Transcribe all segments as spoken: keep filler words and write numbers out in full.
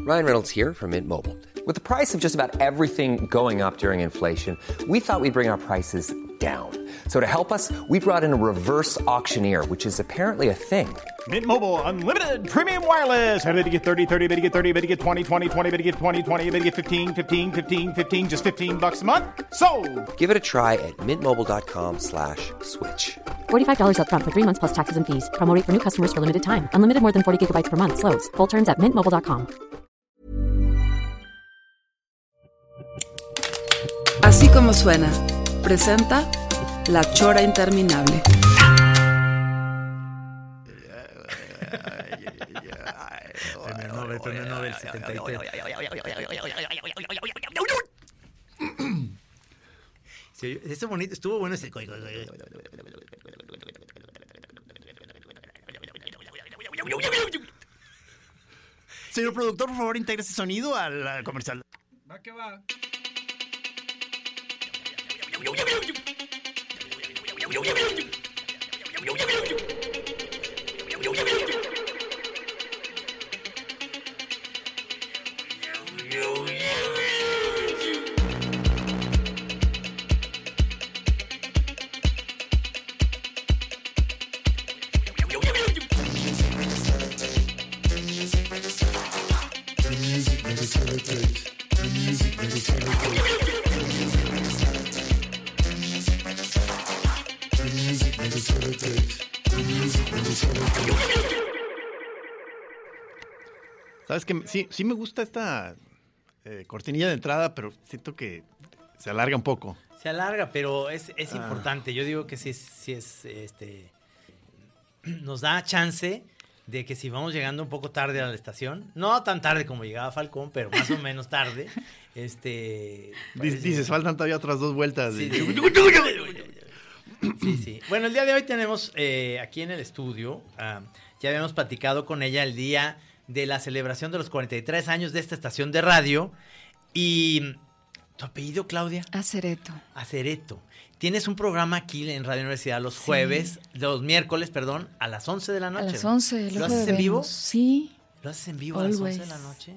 Ryan Reynolds here from Mint Mobile. With the price of just about everything going up during inflation, we thought we'd bring our prices down. So to help us, we brought in a reverse auctioneer, which is apparently a thing. Mint Mobile Unlimited Premium Wireless. How to get thirty, thirty, how to get thirty, how to get twenty, twenty, twenty, how to get twenty, twenty, how to get fifteen, fifteen, fifteen, fifteen, just fifteen bucks a month? Sold! Give it a try at mintmobile.com slash switch. forty-five dollars up front for three months plus taxes and fees. Promo rate for new customers for limited time. Unlimited more than forty gigabytes per month. Slows full terms at mint mobile dot com. Así como suena, presenta La Chora Interminable. Premio Nobel, Premio Nobel setenta y tres. Sí, ese bonito, estuvo bueno ese. Señor productor, por favor, integre ese sonido al, al comercial. Va que va. Sabes que sí, sí me gusta esta eh, cortinilla de entrada, pero siento que se alarga un poco. Se alarga, pero es, es Ah. importante. Yo digo que sí, es- sí es, este, nos da chance de que si vamos llegando un poco tarde a la estación, no tan tarde como llegaba Falcón, pero más o menos tarde, este... Dices, parece- dices, faltan todavía otras dos vueltas. Sí, de- sí. Sí, sí. Bueno, el día de hoy tenemos eh, aquí en el estudio, ah, ya habíamos platicado con ella el día de la celebración de los cuarenta y tres años de esta estación de radio. Y ¿tu apellido, Claudia? Acereto. Acereto. Tienes un programa aquí en Radio Universidad los jueves, los miércoles, perdón, a las once de la noche. A las once. ¿Lo haces en vivo? Sí. ¿Lo haces en vivo a las Always. once de la noche?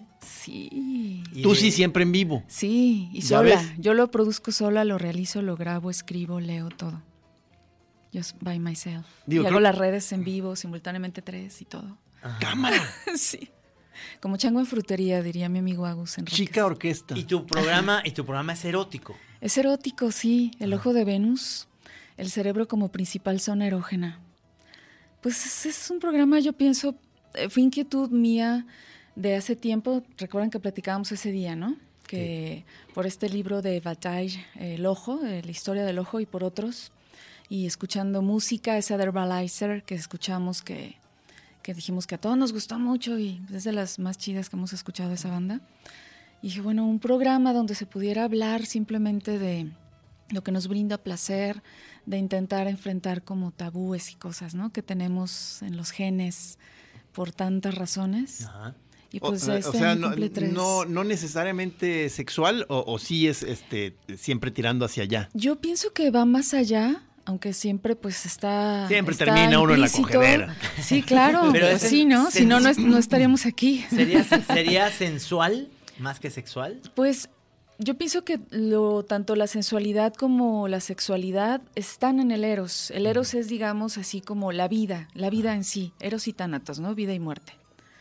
Sí. Y Tú de- sí siempre en vivo. Sí, y ¿Ya sola. ves? Yo lo produzco sola, lo realizo, lo grabo, escribo, leo todo. Just by myself. Digo, y creo- hago las redes en vivo, simultáneamente tres y todo. ¡Cámara! Sí. Como chango en frutería, diría mi amigo Agus Enríquez. Chica orquesta. Y tu programa, y tu programa es erótico. Es erótico, sí. El ojo de Venus, el cerebro como principal zona erógena. Pues es, es un programa, yo pienso, eh, fue inquietud mía de hace tiempo. Recuerdan que platicábamos ese día, ¿no? Que por este libro de Bataille, El Ojo, eh, la historia del ojo, y por otros, y escuchando música, ese de Herbalizer que escuchamos, que, que dijimos que a todos nos gustó mucho y es de las más chidas que hemos escuchado de esa banda. Y dije, bueno, un programa donde se pudiera hablar simplemente de lo que nos brinda placer, de intentar enfrentar como tabúes y cosas, ¿no? Que tenemos en los genes por tantas razones. Ajá. Y O, pues o este sea, año no, cumple tres. no, no necesariamente sexual, o, o sí es este siempre tirando hacia allá. Yo pienso que va más allá, aunque siempre pues está Siempre está termina uno en la implícito. cogedera. Sí, claro, Pero pues es sí, ¿no? sen- Si no, no, es- no estaríamos aquí. ¿Sería, sería sensual más que sexual? Pues yo pienso que lo tanto la sensualidad como la sexualidad están en el eros. El eros es, digamos, así como la vida, la vida en sí, eros y tánatos, ¿no? Vida y muerte.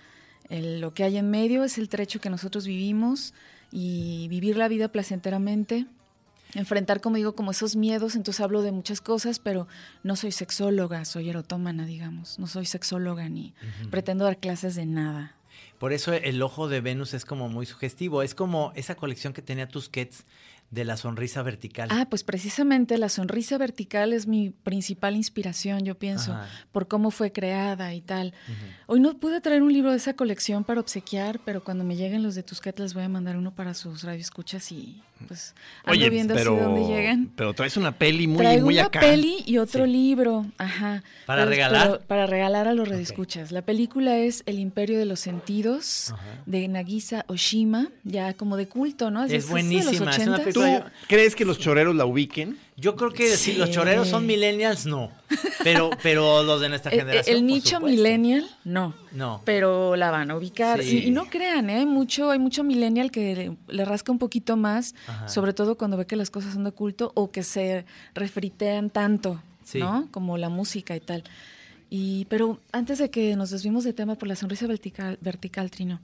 El- lo que hay en medio es el trecho que nosotros vivimos y vivir la vida placenteramente, enfrentar, como digo, como esos miedos. Entonces hablo de muchas cosas, pero no soy sexóloga, soy erotómana, digamos. No soy sexóloga ni pretendo dar clases de nada. Por eso el ojo de Venus es como muy sugestivo. Es como esa colección que tenía Tusquets de la sonrisa vertical. Ah, pues precisamente la sonrisa vertical es mi principal inspiración, yo pienso, Ajá. por cómo fue creada y tal. Hoy no pude traer un libro de esa colección para obsequiar, pero cuando me lleguen los de Tusquets les voy a mandar uno para sus radioescuchas y pues ando Oye, viendo pero, así dónde llegan. pero traes una peli muy, Traigo muy una acá. peli y otro libro, ajá. ¿Para Pero- regalar? pero para regalar a los radioescuchas. La película es El Imperio de los Sentidos, Ajá. de Nagisa Oshima, ya como de culto, ¿no? Es de los buenísima, es una ochentas. ¿Tú película- crees que los choreros la ubiquen? Yo creo que Sí. si los choreros son millennials, no. Pero, pero los de nuestra El, generación. el por nicho supuesto. millennial, no. No. Pero la van a ubicar. Sí. Y, y no crean, ¿eh? Hay mucho, hay mucho millennial que le, le rasca un poquito más, Ajá. sobre todo cuando ve que las cosas son de culto o que se refritean tanto, Sí. ¿no? Como la música y tal. Y, pero antes de que nos desvimos de tema por la sonrisa vertical, vertical Trino,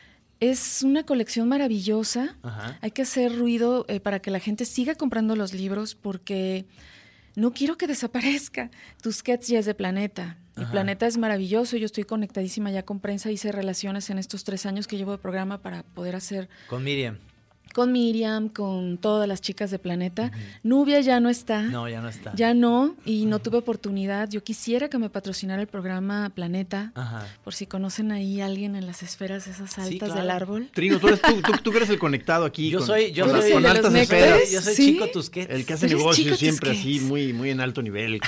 es una colección maravillosa. Ajá. Hay que hacer ruido eh, para que la gente siga comprando los libros porque no quiero que desaparezca. Tusquets ya es de Planeta. Y Ajá. Planeta es maravilloso. Yo estoy conectadísima ya con prensa. Hice relaciones en estos tres años que llevo de programa para poder hacer Con Miriam. con Miriam, con todas las chicas de Planeta. Nubia ya no está. No, ya no está. Ya no, y no tuve oportunidad. Yo quisiera que me patrocinara el programa Planeta, Ajá. por si conocen ahí a alguien en las esferas esas altas claro. del árbol. Trino, tú eres, tú, tú, tú que eres el conectado aquí. Yo con- soy, yo con, soy, las- con de los altas nectares. esferas. Yo soy ¿Sí? Chico Tusquets. El que hace Eres negocios Chico siempre Tusquets. así, muy, muy en alto nivel.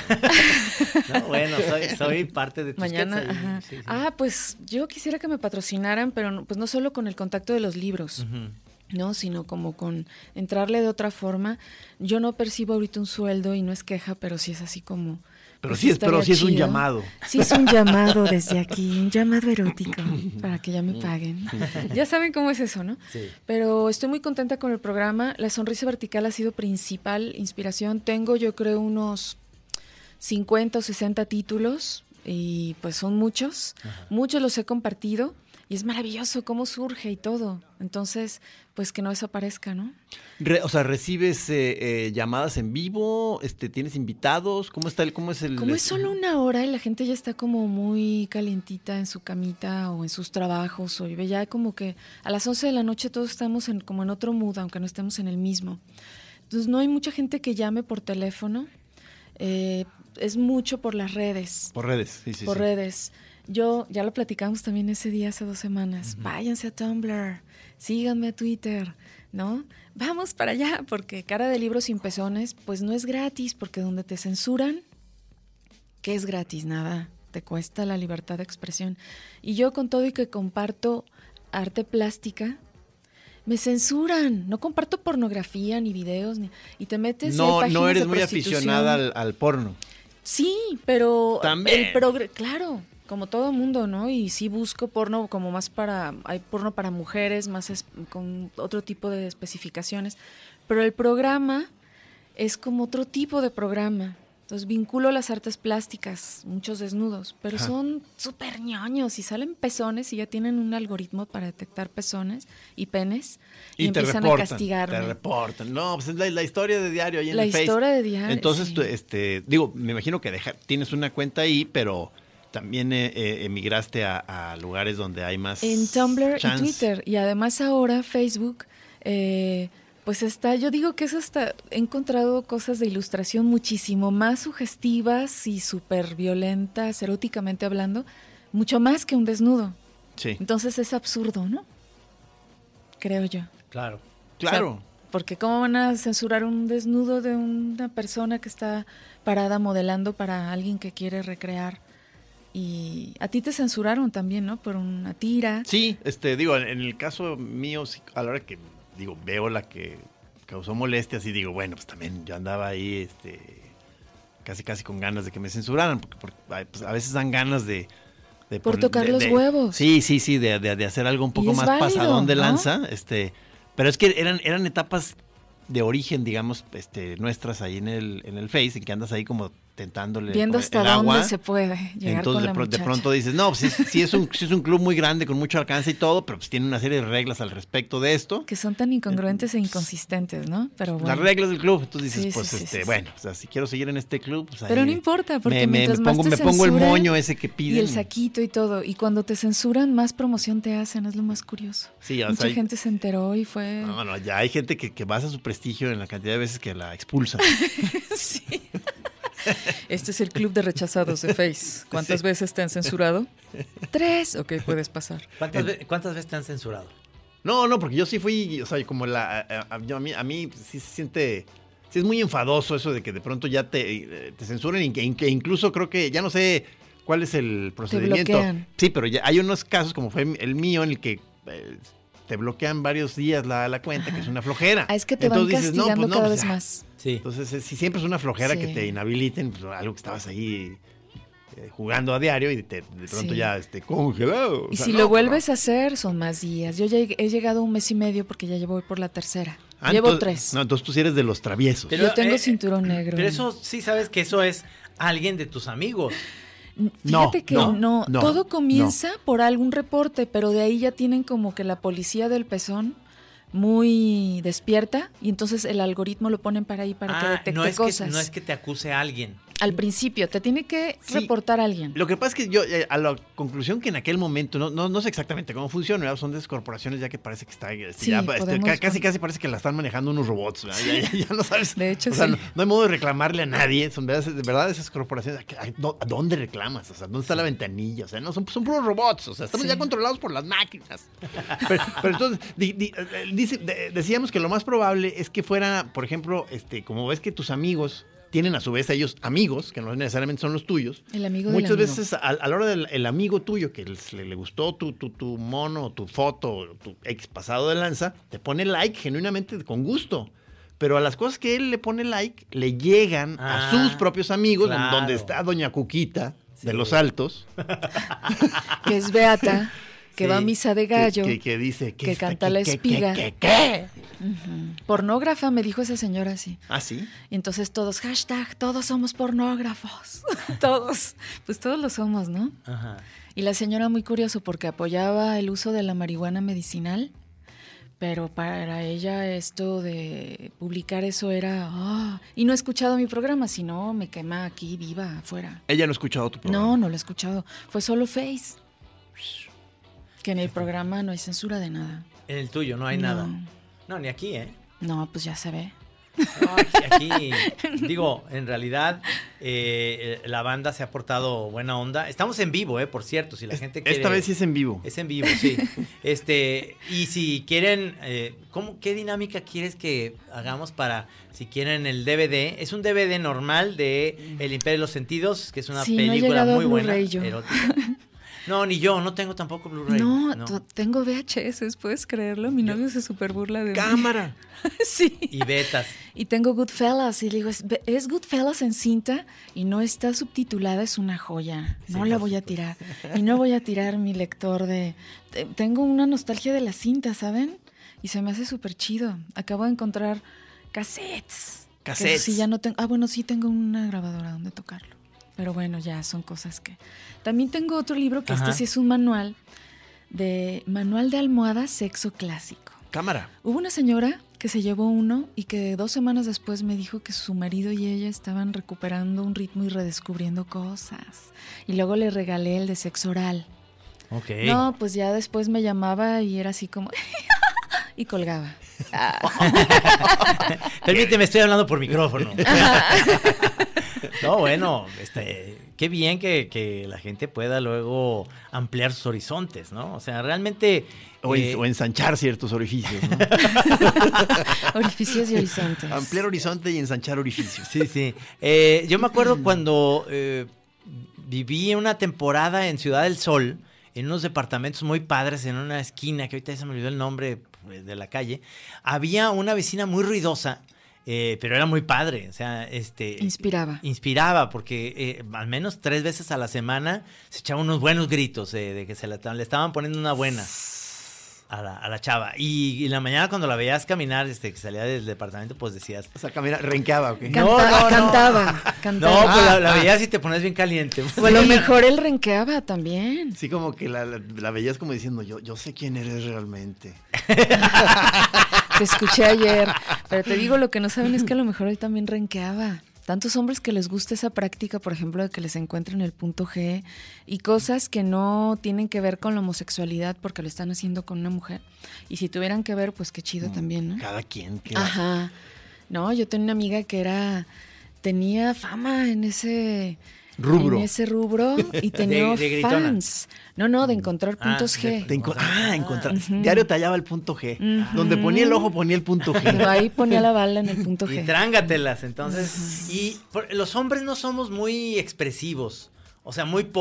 No, bueno, soy, soy parte de Tusquets. Mañana, ahí. ajá. Sí, sí. Ah, pues yo quisiera que me patrocinaran, pero no, pues no solo con el contacto de los libros, Ujú. ¿no? Sino como con entrarle de otra forma. Yo no percibo ahorita un sueldo y no es queja, pero sí es así como... Pero pues sí es, pero estaría sí es un chido. llamado. Sí es un llamado desde aquí, un llamado erótico para que ya me paguen. Ya saben cómo es eso, ¿no? Sí. Pero estoy muy contenta con el programa. La sonrisa vertical ha sido principal inspiración. Tengo, yo creo, unos cincuenta o sesenta títulos y pues son muchos. Muchos los he compartido y es maravilloso cómo surge y todo. Entonces, pues que no desaparezca, ¿no? Re- o sea, ¿recibes eh, eh, llamadas en vivo? Este, ¿tienes invitados? ¿Cómo está el, cómo es el? Como es solo una hora y la gente ya está como muy calientita en su camita o en sus trabajos, o ya como que a las once de la noche todos estamos en, como en otro mood, aunque no estemos en el mismo. Entonces no hay mucha gente que llame por teléfono, eh, es mucho por las redes. Por redes, sí, sí. por sí. redes. Yo, ya lo platicamos también ese día, hace dos semanas. Váyanse a Tumblr, síganme a Twitter, ¿no? Vamos para allá, porque Cara de Libros sin Pezones, pues no es gratis, porque donde te censuran, ¿qué es gratis? Nada, te cuesta la libertad de expresión. Y yo con todo y que comparto arte plástica, me censuran. No comparto pornografía ni videos, ni, y te metes y hay No, páginas no eres de muy prostitución. aficionada al, al porno. Sí, pero También. el progre- claro, como todo mundo, ¿no? Y sí busco porno como más para, hay porno para mujeres, más es- con otro tipo de especificaciones, pero el programa es como otro tipo de programa. Entonces vinculo las artes plásticas, muchos desnudos, pero Ajá. son súper ñoños y salen pezones y ya tienen un algoritmo para detectar pezones y penes y, Y, te empiezan reportan. a castigarme. Te reportan. No, pues es la, la historia de diario ahí en La el Face. historia de diario, Entonces, sí. tú, este, digo, me imagino que deja- tienes una cuenta ahí, pero también eh, eh, emigraste a, a lugares donde hay más En Tumblr chance. y Twitter. Y además ahora Facebook, eh, pues está, yo digo que eso está, he encontrado cosas de ilustración muchísimo más sugestivas y súper violentas, eróticamente hablando, mucho más que un desnudo. Sí, Entonces es absurdo, ¿no? Creo yo. Claro. claro. O sea, porque ¿cómo van a censurar un desnudo de una persona que está parada modelando para alguien que quiere recrear? Y a ti te censuraron también, ¿no? Por una tira. Sí, este, digo, en, en el caso mío, sí, a la hora que, digo, veo la que causó molestias y digo, bueno, pues también yo andaba ahí, este, casi casi con ganas de que me censuraran, porque, porque, ay, pues, a veces dan ganas de... de Por pon- tocar de- los de- huevos. Sí, sí, sí, de, de- de hacer algo un poco es más válido, pasadón de ¿no? lanza, este, pero es que eran, eran etapas de origen, digamos, este, nuestras ahí en el, en el Face, en que andas ahí como tentándole Viendo con hasta el agua. dónde se puede llegar Entonces con de, la pro- de muchacha. pronto dices, no, pues sí, sí es un, sí es un club muy grande con mucho alcance y todo, pero pues tiene una serie de reglas al respecto de esto. Que son tan incongruentes e inconsistentes, ¿no? Pero bueno. Las reglas del club. Entonces dices, Sí, pues sí, sí, este, sí, bueno, o sea, si quiero seguir en este club, pues ahí Pero no importa, porque me, me- mientras me más pongo, te me pongo el censuren moño ese que piden. y el saquito y todo. Y cuando te censuran, más promoción te hacen, es lo más curioso. Sí, o Mucha sea, hay- gente se enteró y fue... No, no, ya hay gente que, que basa su prestigio en la cantidad de veces que la expulsa. Sí. Este es el club de rechazados de Face. ¿Cuántas Sí. veces te han censurado? Tres. Ok, puedes pasar. ¿Cuántas, ve- ¿Cuántas veces te han censurado? No, no, porque yo sí fui, o sea, como la, a, a- yo a mí, a mí sí se siente, sí es muy enfadoso eso de que de pronto ya te, eh, te censuren y que, que incluso creo que, ya no sé cuál es el procedimiento. bloquean. Sí, pero ya hay unos casos como fue el mío en el que eh, te bloquean varios días la, la cuenta, Ajá. que es una flojera. Ah, es que te Entonces van dices, castigando no, pues, no, cada pues, vez más. Sí. Entonces, si siempre es una flojera sí. que te inhabiliten, pues, algo que estabas ahí eh, jugando a diario y te, de pronto sí. ya este, congelado. Y o sea, si no, lo vuelves no. a hacer, son más días. Yo ya he llegado un mes y medio porque ya llevo por la tercera. Ah, Llevo entonces, tres. No, entonces tú sí eres de los traviesos. Pero, Yo tengo eh, cinturón negro. Pero eso sí sabes que eso es alguien de tus amigos. Fíjate no, que no, no, no, todo comienza no. por algún reporte, pero de ahí ya tienen como que la policía del pezón muy despierta y entonces el algoritmo lo ponen para ahí para ah, que detecte no es cosas. Que, no es que te acuse a alguien. Al principio, te tiene que Sí. reportar a alguien. Lo que pasa es que yo, eh, a la conclusión que en aquel momento, no, no, no sé exactamente cómo funciona, ¿verdad? Son de esas corporaciones ya que parece que está, este, Sí, ya, este, podemos- ca- casi casi parece que la están manejando unos robots, ¿verdad? Ya, ya- ya no sabes. De hecho, o sea, sí. no, no hay modo de reclamarle a nadie, son de verdad, de verdad esas corporaciones, ¿a, a- a dónde reclamas? O sea, ¿dónde está la ventanilla? O sea, no, son, son puros robots, o sea, estamos Sí. ya controlados por las máquinas. Pero, pero entonces, di- di- eh, dice- de- decíamos que lo más probable es que fuera, por ejemplo, este, como ves que tus amigos tienen a su vez ellos amigos, que no necesariamente son los tuyos. El amigo del Muchas amigo. veces a, a la hora del el amigo tuyo que le, le gustó tu, tu, tu mono, tu foto, tu ex pasado de lanza, te pone like genuinamente con gusto. Pero a las cosas que él le pone like, le llegan Ah, a sus propios amigos, en claro. donde está Doña Cuquita Sí. de los Altos. Que es Beata, que Sí. va a misa de gallo. Que, que, que dice que está- canta la que- que- espiga. que- que- ¿qué? Pornógrafa, me dijo esa señora así. ¿Ah, sí? Y entonces todos, hashtag, todos somos pornógrafos. Todos. Pues todos lo somos, ¿no? Ajá. Y la señora muy curioso porque apoyaba el uso de la marihuana medicinal, pero para ella esto de publicar eso era... ah, y no he escuchado mi programa, si no me quema aquí viva afuera. Ella no ha escuchado tu programa. No, no lo he escuchado. Fue solo Face. Que en el programa no hay censura de nada. En el tuyo no hay No. nada. No, ni aquí, ¿eh? No, pues ya se ve. No, aquí, aquí, digo, en realidad eh, la banda se ha portado buena onda. Estamos en vivo, eh, por cierto, si la gente quiere. Esta vez sí es en vivo. Es en vivo, sí. Este, y si quieren, eh, ¿cómo, qué dinámica quieres que hagamos para, si quieren el D V D? Es un D V D normal de El Imperio de los Sentidos, que es una Sí, no he película llegado a muy buena. Blu-ray yo. Erótica. No, ni yo, no tengo tampoco Blu-ray. No, no. to- tengo V H S, ¿puedes creerlo? Mi novio se super burla de mí. ¡Cámara! Sí. Y betas. Y tengo Goodfellas y le digo, es, es Goodfellas en cinta y no está subtitulada, es una joya. No Sí, la por voy a tirar. Y no voy a tirar mi lector de... te- Tengo una nostalgia de la cinta, ¿saben? Y se me hace súper chido. Acabo de encontrar cassettes. Que Cassettes. eso sí, ya no tengo... Ah, bueno, sí tengo una grabadora donde tocarlo. Pero bueno, ya son cosas que... También tengo otro libro que Ajá. este sí es un manual de Manual de Almohada Sexo Clásico. ¡Cámara! Hubo una señora que se llevó uno y que dos semanas después me dijo que su marido y ella estaban recuperando un ritmo y redescubriendo cosas. Y luego le regalé el de sexo oral. Ok. No, pues ya después me llamaba y era así como... y colgaba. Permíteme, estoy hablando por micrófono. No, bueno, este, qué bien que, que la gente pueda luego ampliar sus horizontes, ¿no? O sea, realmente... O, en- eh, o ensanchar ciertos orificios, ¿no? Orificios y horizontes. Ampliar horizonte y ensanchar orificios. Sí, sí. Eh, yo me acuerdo cuando eh, viví una temporada en Ciudad del Sol, en unos departamentos muy padres, en una esquina, que ahorita ya se me olvidó el nombre pues, de la calle. Había una vecina muy ruidosa, eh, pero era muy padre. O sea, este... Inspiraba. Inspiraba, porque eh, al menos tres veces a la semana se echaba unos buenos gritos eh, de que se la, le estaban poniendo una buena a la, a la chava. Y, y en la mañana cuando la veías caminar, este, que salía del departamento, pues decías... O sea, camina, renqueaba, ¿ok? Can- Canta- No, no, no. Cantaba, No, cantaba. pues la, la veías y te pones bien caliente. O a lo mejor él renqueaba también. Sí, como que la, la, la veías como diciendo, yo, yo sé quién eres realmente. Te escuché ayer, pero te digo, lo que no saben es que a lo mejor él también renqueaba. Tantos hombres que les gusta esa práctica, por ejemplo, de que les encuentren el punto G y cosas que no tienen que ver con la homosexualidad porque lo están haciendo con una mujer. Y si tuvieran que ver, pues qué chido también, ¿no? Cada quien. Que Ajá. No, yo tenía una amiga que era, tenía fama en ese Rubro. en ese rubro y tenía De- de gritona. fans. No, no, de encontrar Ah, puntos de- G. Te enco- O sea, ah, encontrar. Diario te hallaba el punto G. Ujú. Donde ponía el ojo, ponía el punto Pero G. ahí ponía la bala en el punto Y G. trángatelas, entonces. Y por- los hombres no somos muy expresivos, o sea, muy poco.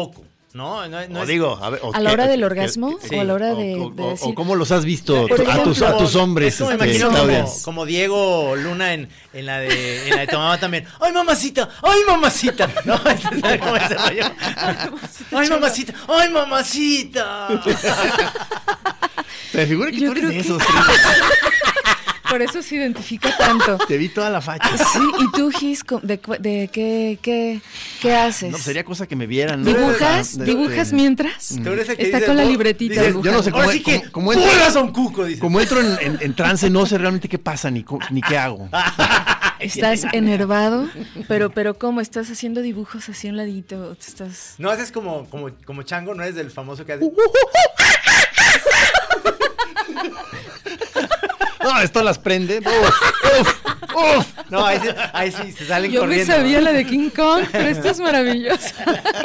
No, no, no o es... digo, a, ver, o ¿A la hora qué- del qué- orgasmo qué- o a la hora o- de, o, de o- decir? o cómo los has visto Por a, tus, a ejemplo, tus hombres, Es como me este, imagino como, Claudia. como Diego Luna en, en la de en la de tu mamá también. ¡Ay, mamacita! ¡Ay, mamacita! No, ¿sabes cómo es ese rollo? ¡Ay, mamacita! ¡Ay, mamacita! Se me figura que Yo tú eres creo de que- esos. Por eso se identifica tanto. Te vi toda la facha. Sí, y tú, Gis, co- ¿de, cu- de qué, qué, qué haces? No, sería cosa que me vieran. ¿no? ¿Dibujas? Ah, ¿Dibujas este, mientras? Tú eres el que Está dice, con la "No", libretita dices, dibujando. yo no sé cómo- Ahora sí que cómo- cómo entra- ¡burlas a un cuco! Dice. Como entro en, en- en trance, no sé realmente qué pasa ni, co- ni qué hago. Estás enervado, pero, pero ¿cómo? ¿Estás haciendo dibujos así a un ladito? ¿O te estás...? No haces como, como, como Chango, no eres del famoso que hace. No, esto las prende. Uf, uf, uf. No, ahí, sí- ahí sí se salen Yo me corriendo. sabía la de King Kong, pero esta es maravillosa.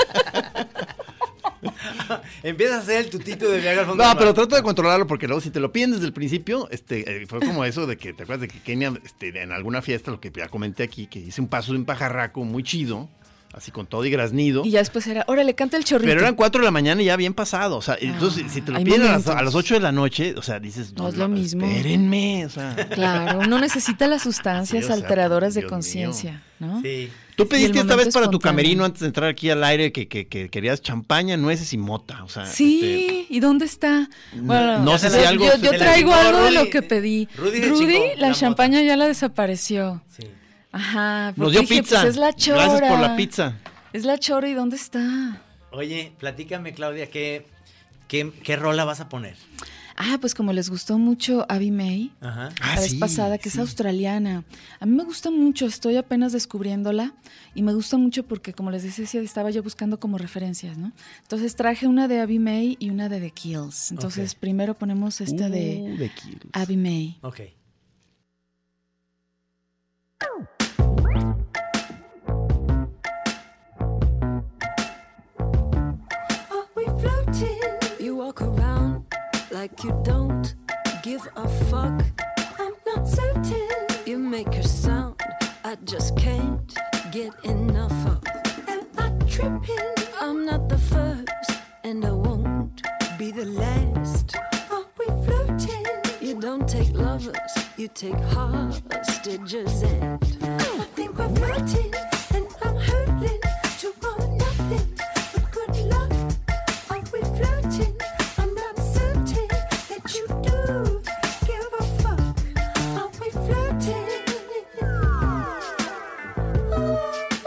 Empiezas a hacer el tutito de Viagra al fondo No, del pero mar. trato de controlarlo porque luego si te lo piden desde el principio, este, eh, fue como eso de que, ¿te acuerdas de que Kenia, este, en alguna fiesta, lo que ya comenté aquí, que hice un paso de un pajarraco muy chido, así con todo y graznido? Y ya después era, órale, canta el chorrito. Pero eran cuatro de la mañana y ya bien pasado, o sea, entonces si te lo hay piden a las, momentos. a las ocho de la noche, o sea, dices, No es lo mismo. espérenme, o sea. Claro, uno necesita las sustancias Sí, o sea, alteradoras de Dios conciencia, ¿no? Sí. Tú Y pediste el esta vez momento para tu espontáneo. camerino antes de entrar aquí al aire que, que, que querías champaña, nueces y mota, o sea. Sí, ¿y dónde está? Bueno, no sé yo- si algo Yo, se- yo se la traigo chingó algo de Rudy. lo que pedí. Rudy se Rudy, chingó la la champaña ya la desapareció. Sí. Ajá. Nos porque dio dije, pizza. pues es la chora. Gracias por la pizza. Es la chora, ¿y dónde está? Oye, platícame, Claudia, ¿qué, qué, qué rola vas a poner? Ah, pues como les gustó mucho Abby May, Ajá. Ah, la vez sí, pasada, que sí. es australiana. A mí me gusta mucho, estoy apenas descubriéndola y me gusta mucho porque, como les decía, estaba yo buscando como referencias, ¿no? Entonces traje una de Abby May y una de The Kills. Entonces Ok. primero ponemos esta de Uh, de Kills. Abby May. Ok. Are we floating? You walk around like you don't give a fuck. I'm not certain. You make her sound I just can't get enough of. Am I tripping? I'm not the first, and I won't be the last. Are we flirting? You don't take lovers, you take hostages, and I think we're flirting, and I'm hurting to want nothing but good love. Are we flirting? I'm not certain that you do give a fuck. Are we flirting? Ooh,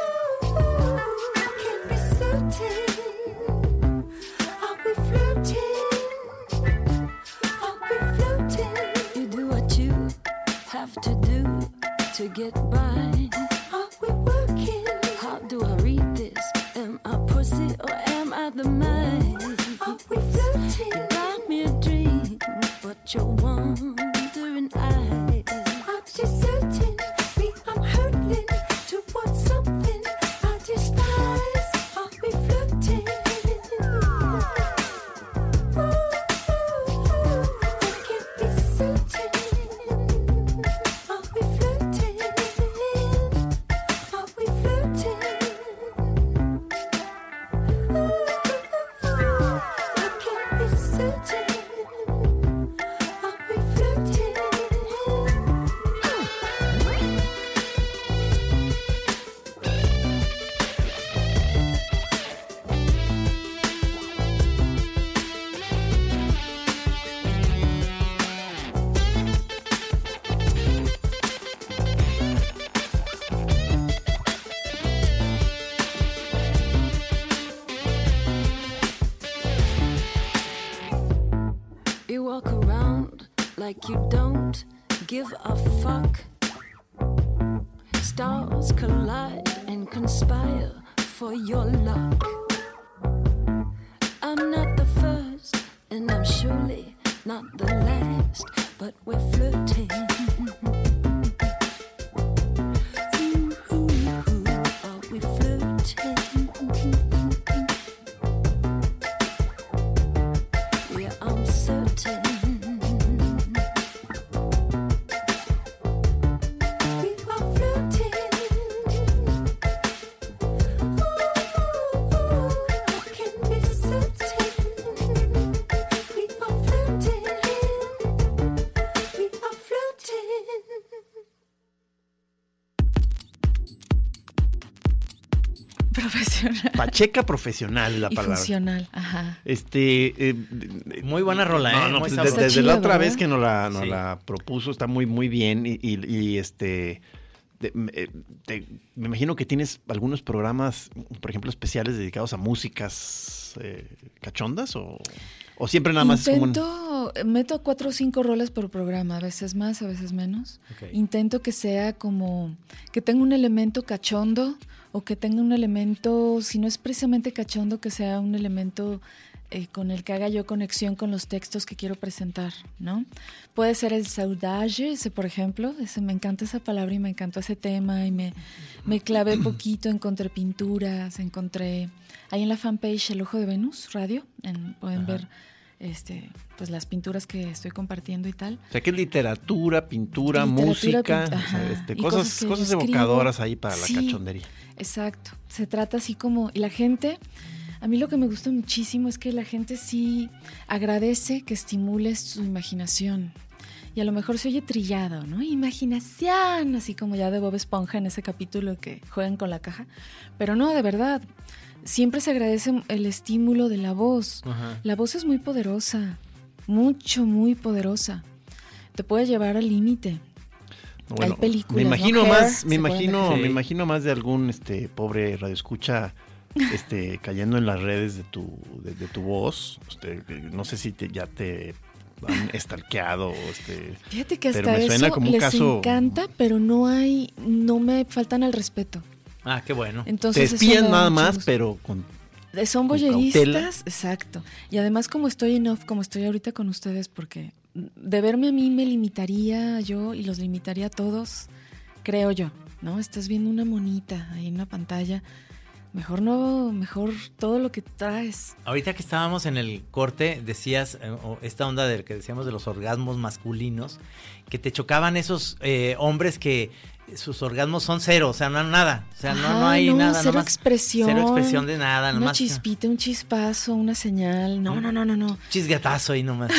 I can't be certain. Are we flirting? Are we flirting? You do what you have to do to get by. Are we working? How do I read this? Am I pussy or am I the man? Are we flirting? You got me a dream, but you're wandering eyes. I'm just certain, me, I'm hurting to want something I despise. Are we flirting? Ooh, I can't be certain. Are we flirting? Are we flirting? I can't be certain. Are we flirting? You walk around like you don't give a fuck. Stars collide and conspire for your luck. I'm not the first, and I'm surely not the last, but we're flirting. Ooh, ooh, ooh, are we flirting? Yeah, I'm certain. We are flirting. Ooh, I can be Profesional. Pacheca profesional es la Y palabra. funcional, ajá. Este, eh, Muy buena rola, no, ¿eh? no, Muy pues, sabrosa. desde, desde la chida, otra ¿verdad? vez que nos la, nos Sí. la propuso, está muy, muy bien. Y, y, y, este, de- eh, te- me imagino que tienes algunos programas, por ejemplo, especiales dedicados a músicas eh, cachondas o, o siempre nada más es como un- Intento, meto cuatro o cinco rolas por programa, a veces más, a veces menos. Ok. Intento que sea como, que tenga un elemento cachondo o que tenga un elemento, si no es precisamente cachondo, que sea un elemento eh, con el que haga yo conexión con los textos que quiero presentar, ¿no? Puede ser el saudade, ese por ejemplo, ese, me encanta esa palabra y me encantó ese tema y me, me clavé poquito, encontré pinturas, encontré, ahí en la fanpage El Ojo de Venus Radio, en- pueden Ajá. ver este, pues las pinturas que estoy compartiendo y tal. O sea, que es literatura, pintura, Literatura, música, pint- o sea, ajá, este, y cosas, cosas que cosas yo escribo. evocadoras ahí para Sí. la cachondería. Exacto, se trata así como, y la gente, a mí lo que me gusta muchísimo es que la gente sí agradece que estimules su imaginación. Y a lo mejor se oye trillado, ¿no? Imaginación, así como ya de Bob Esponja en ese capítulo que juegan con la caja. Pero no, de verdad, siempre se agradece el estímulo de la voz. Ajá. La voz es muy poderosa, mucho, muy poderosa. Te puede llevar al límite. Bueno, Hay películas, me ¿no? imagino Hair, más, ¿se me acuerdan de imagino, Hair? me imagino más de algún este pobre radioescucha este cayendo en las redes de tu de, de tu voz. Este, no sé si te, ya te han estalqueado, este, Fíjate que pero hasta me suena eso como un les caso- encanta, pero no hay, no me faltan al respeto. Ah, qué bueno. te Entonces eso espían me da nada mucho más, gusto. pero con Eh, Son con boyeristas, cautela. exacto. Y además como estoy en off, como estoy ahorita con ustedes, porque de verme a mí me limitaría yo y los limitaría a todos, creo yo, ¿no? Estás viendo una monita ahí en una pantalla, mejor no, mejor todo lo que traes. Ahorita que estábamos en el corte, decías eh, o esta onda de que decíamos de los orgasmos masculinos, que te chocaban esos eh, hombres que sus orgasmos son cero, o sea, no nada, o sea, no, Ajá, no hay no, nada, cero nomás- expresión, cero expresión de nada, Una nomás chispita, un chispazo, una señal, no, no, no, no, no. chisgatazo ahí nomás.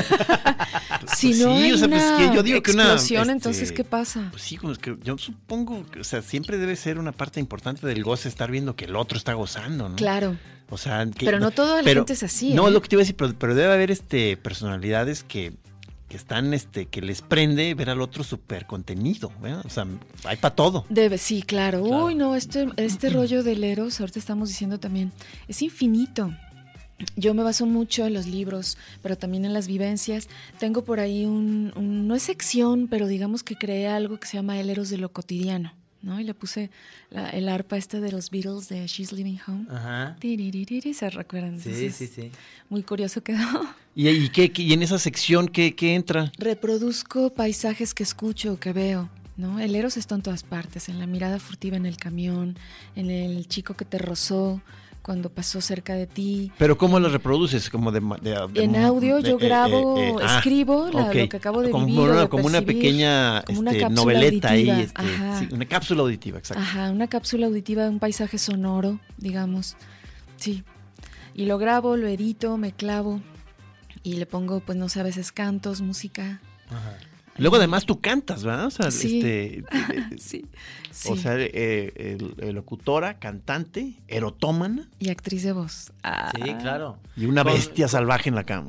Si Pues no sí, hay o sea, pues, una que yo digo que una, explosión, este, entonces, ¿qué pasa? Pues sí, como es que yo supongo que, o sea, siempre debe ser una parte importante del goce estar viendo que el otro está gozando, ¿no? Claro. O sea, que- Pero no toda la pero- gente es así, No, ¿eh? es lo que te iba a decir, pero, pero debe haber este personalidades que, que están, este, que les prende ver al otro súper contenido, ¿verdad? O sea, hay para todo. Debe, sí, claro. Claro. Uy, no, este, este rollo del Eros, ahorita estamos diciendo también, es infinito. Yo me baso mucho en los libros, pero también en las vivencias. Tengo por ahí un, un- no es sección, pero digamos que creé algo que se llama El Eros de lo cotidiano, ¿no? Y le puse la- el arpa esta de los Beatles de She's Living Home. Ajá. Tiriririri, ¿se recuerdan? Sí, Entonces, sí, sí. Muy curioso quedó. ¿Y, y, qué, qué- y en esa sección qué, qué entra? Reproduzco paisajes que escucho o que veo, ¿no? El Eros está en todas partes, en la mirada furtiva en el camión, en el chico que te rozó cuando pasó cerca de ti. Pero ¿cómo lo reproduces? Como de, ma- de- de- En audio yo de- eh, grabo, eh, eh, ah, escribo la- ok. lo que acabo de como vivir o Una, de como una percibir, pequeña como una este, cápsula noveleta ahí, auditiva, este, ajá. sí, una cápsula auditiva, exacto. Ajá, una cápsula auditiva, un paisaje sonoro, digamos. Sí. Y lo grabo, lo edito, me clavo y le pongo, pues no sé, a veces cantos, música. Ajá. Luego además tú cantas, ¿verdad? O sea, Sí. este, eh, Sí, o sí. sea, eh, el- el locutora, cantante, erotómana Y actriz de voz. Ah. Sí, claro. y una Con- bestia salvaje en la cama.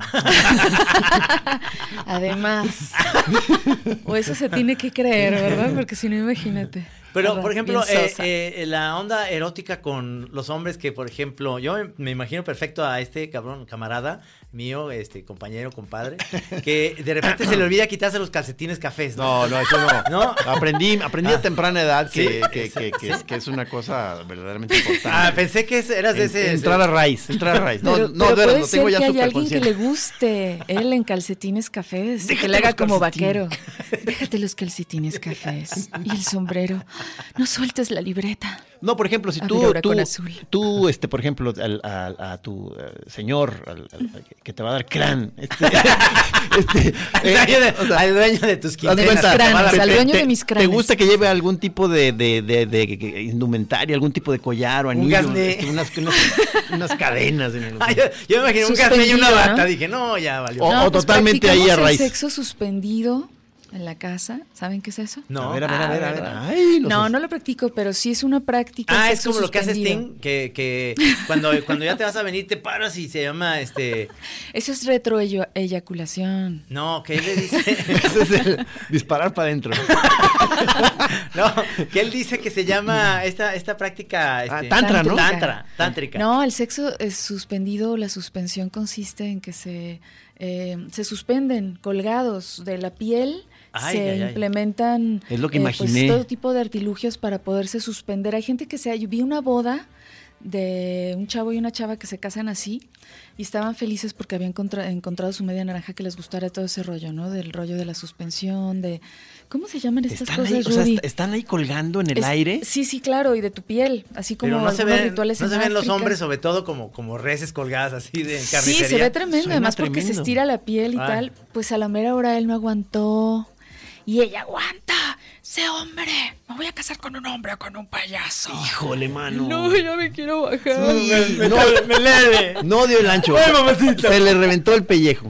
Además. O eso se tiene que creer, ¿verdad? Porque si no, imagínate. Pero, ¿Verdad? por ejemplo, Bien eh, sosa. eh, la onda erótica con los hombres que, por ejemplo, yo me, me imagino perfecto a este cabrón, camarada mío, este compañero, compadre, que de repente se le olvida quitarse los calcetines cafés, ¿no? No, no, eso no. ¿No? Aprendí, aprendí a temprana edad que, Sí. que, que, que es, que es una cosa verdaderamente importante. Ah, pensé que ese- eras de En- ese... entrar a raíz, entrar a raíz. No, pero, no, pero de veras, puede lo tengo ser ya que haya súper alguien que le consciente. guste él en calcetines cafés, Déjate que le haga los como calcetines. vaquero. Déjate los calcetines cafés y el sombrero. No sueltes la libreta. No, por ejemplo, si A tú, ver, ahora tú, con azul. tú, este, por ejemplo, al- al- a, tu eh, señor al- al- que te va a dar crán, este, este, Al eh, dueño de, o sea, al dueño de tus haz quincenas. de cuenta, mis cranes, te- al te- dueño te- de mis ¿Te cranes. gusta que lleve algún tipo de, de, de, de- de indumentaria, algún tipo de collar o anillo? gasné. este, unas, unas, unas cadenas. En el, Ah, yo, yo me imaginé un Suspendido, café y una bata. ¿no? Dije, no, ya valió. O- No, pues totalmente ahí a practicamos raíz. el sexo suspendido en la casa. ¿Saben qué es eso? No. A ver, a ver, a ver, a ver. Ah, Ay, los no, os- no lo practico, pero sí es una práctica. Ah, el es sexo como lo que hace suspendido. Sting, que, que cuando, cuando ya te vas a venir te paras y se llama, este... Eso es retroeyaculación. No, que él le dice... Ese es el disparar para adentro. No, que él dice que se llama esta, esta práctica... Este, Ah, tantra, ¿no? Tantra, tántrica. No, el sexo es suspendido, la suspensión consiste en que se, eh, se suspenden colgados de la piel, Ay, se ay, ay. implementan Es lo que eh, imaginé. pues, todo tipo de artilugios para poderse suspender. Hay gente que se... Yo vi una boda de un chavo y una chava que se casan así y estaban felices porque habían contra- encontrado su media naranja que les gustara todo ese rollo, ¿no? Del rollo de la suspensión, de... ¿Cómo se llaman estas Están cosas, ahí, o sea, Rudy? est- están ahí colgando en el Es- aire. Sí, sí, claro, y de tu piel, así como Pero no se algunos ven, rituales no en se ven los África. hombres, sobre todo como, como reses colgadas así de Sí, carnicería. se ve tremendo, Suena además porque se tremendo. estira la piel y Ay. tal. Pues a la mera hora él no aguantó. Y ella, aguanta, sé hombre, me voy a casar con un hombre o con un payaso. Híjole, mano. No, ya me quiero bajar. Sí, Me, no, me leve. no dio el ancho. Ay, mamacita. Se le reventó el pellejo.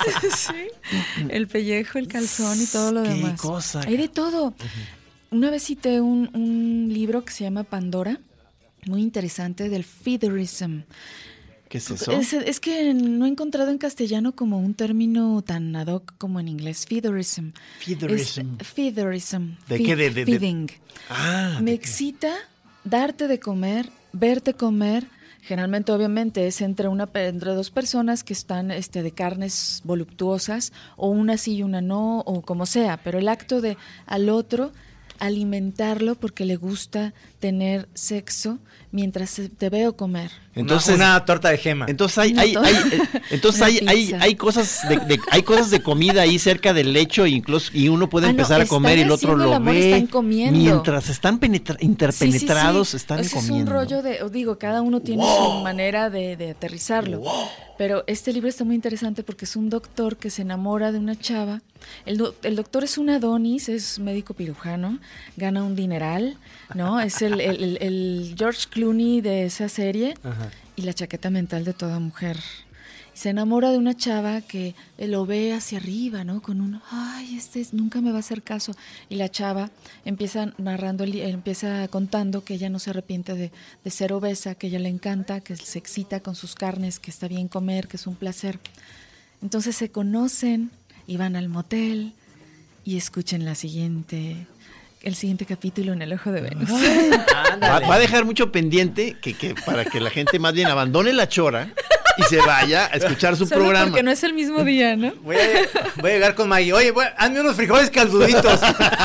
Sí, el pellejo, el calzón y todo lo Qué demás. cosa. Hay de todo. Una vez cité un, un libro que se llama Pandora, muy interesante, del feederism. ¿Qué es eso? Es, es que no he encontrado en castellano como un término tan ad hoc como en inglés. Feederism. Feederism. Es, feederism. ¿De Fe- qué? De- de- de- feeding. Ah, Me ¿de qué? excita darte de comer, verte comer. Generalmente, obviamente, es entre una pe- entre dos personas que están este, de carnes voluptuosas, o una sí y una no, o como sea. Pero el acto de al otro alimentarlo porque le gusta tener sexo mientras te veo comer. Entonces, una, una torta de gema. entonces hay, Una hay, to- hay, eh, entonces Una hay, hay, pizza. hay cosas de, de- hay cosas de comida ahí cerca del lecho, incluso, y uno puede Ah, no, empezar a comer y el están otro haciendo lo el amor, ve. están comiendo. Mientras están penetra- interpenetrados, Sí, sí, sí. están O sea, comiendo. Es un rollo de, os digo, cada uno tiene su manera de, de aterrizarlo. Pero este libro está muy interesante porque es un doctor que se enamora de una chava. El, do- el doctor es un Adonis, es médico cirujano, gana un dineral, ¿no? Es el, el- el- el George Clooney de esa serie y la chaqueta mental de toda mujer. Se enamora de una chava que lo ve hacia arriba, ¿no? Con un, ay, este es- nunca me va a hacer caso. Y la chava empieza narrando, el li- empieza contando que ella no se arrepiente de, de ser obesa, que ella le encanta, que se excita con sus carnes, que está bien comer, que es un placer. Entonces se conocen y van al motel y escuchen la siguiente, el siguiente capítulo en El Ojo de Venus. Va, Ándale. va a dejar mucho pendiente que, que para que la gente más bien abandone la chora y se vaya a escuchar su Solo programa. porque no es el mismo día, ¿no? Voy a, voy a llegar con Maggie. Oye, voy- hazme unos frijoles calduditos.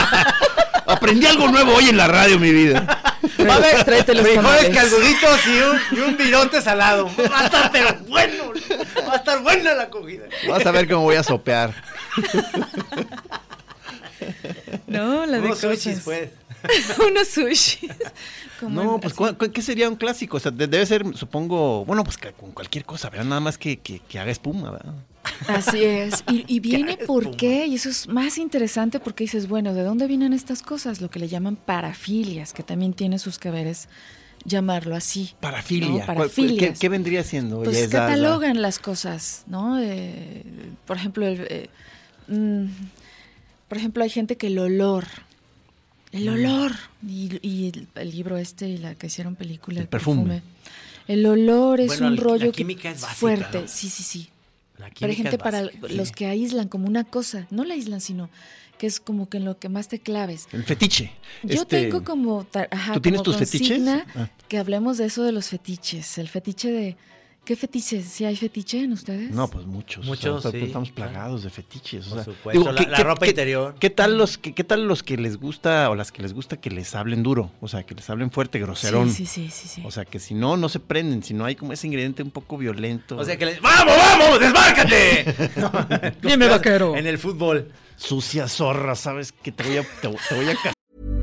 Aprendí algo nuevo hoy en la radio, mi vida. Va a haber Tráete los frijoles tamales. calduditos y un, y un virote salado. Va a estar pero bueno. Va a estar buena la comida. Vas a ver cómo voy a sopear. No, la de Unos sushis, cosas. pues. Unos sushis. Como No, en- pues, así. ¿cuál- cuál- ¿qué sería un clásico? O sea, de- debe ser, supongo, bueno, pues que con cualquier cosa, ¿verdad? Nada más que, que, que haga espuma, ¿verdad? Así es. Y, y viene hagas por espuma. qué, y eso es más interesante porque dices, bueno, ¿de dónde vienen estas cosas? Lo que le llaman parafilias, que también tiene sus que veres llamarlo así. Parafilia. ¿no? ¿Cuál- cuál- Parafilias. ¿Qué, qué vendría siendo? Pues Ya es la- la- catalogan las cosas, ¿no? Eh, por ejemplo, el, eh, mm, por ejemplo, hay gente que el olor, el olor, y, y el, el libro este y la que hicieron película, El perfume. El olor es Bueno, un la- rollo la que química es básica, fuerte, ¿no? sí, sí, sí. La Pero hay química gente es para básica. los que aíslan como una cosa, no la aíslan, sino que es como que en lo que más te claves. El fetiche. Yo Este, tengo como, ta- ajá, ¿tú tienes como tus fetiches? consigna Ah. que hablemos de eso de los fetiches, el fetiche de ¿qué fetiches? ¿Sí hay fetiche en ustedes? No, pues muchos. Muchos, o sea, sí, Estamos claro. plagados de fetiches. o Por sea, supuesto, la- la ropa interior. ¿Qué tal los que, qué tal los que les gusta o las que les gusta que les hablen duro? O sea, que les hablen fuerte, groserón. Sí, sí, sí, sí, sí. O sea, que si no, no se prenden, si no hay como ese ingrediente un poco violento. O sea que les... ¡Vamos, vamos! ¡Desmárcate! No, Dime, vaquero. En el fútbol. Sucia zorra, ¿sabes? Que te voy a, te, te voy a casar.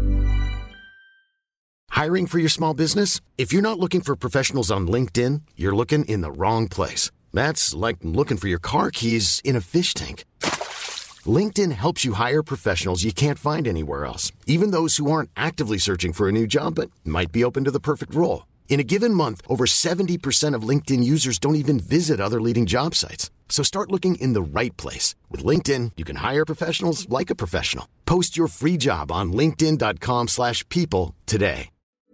Hiring for your small business? If you're not looking for professionals on LinkedIn, you're looking in the wrong place. That's like looking for your car keys in a fish tank. LinkedIn helps you hire professionals you can't find anywhere else, even those who aren't actively searching for a new job but might be open to the perfect role. In a given month, over seventy percent of LinkedIn users don't even visit other leading job sites. So start looking in the right place. With LinkedIn, you can hire professionals like a professional. Post your free job on linkedin.com slash people today.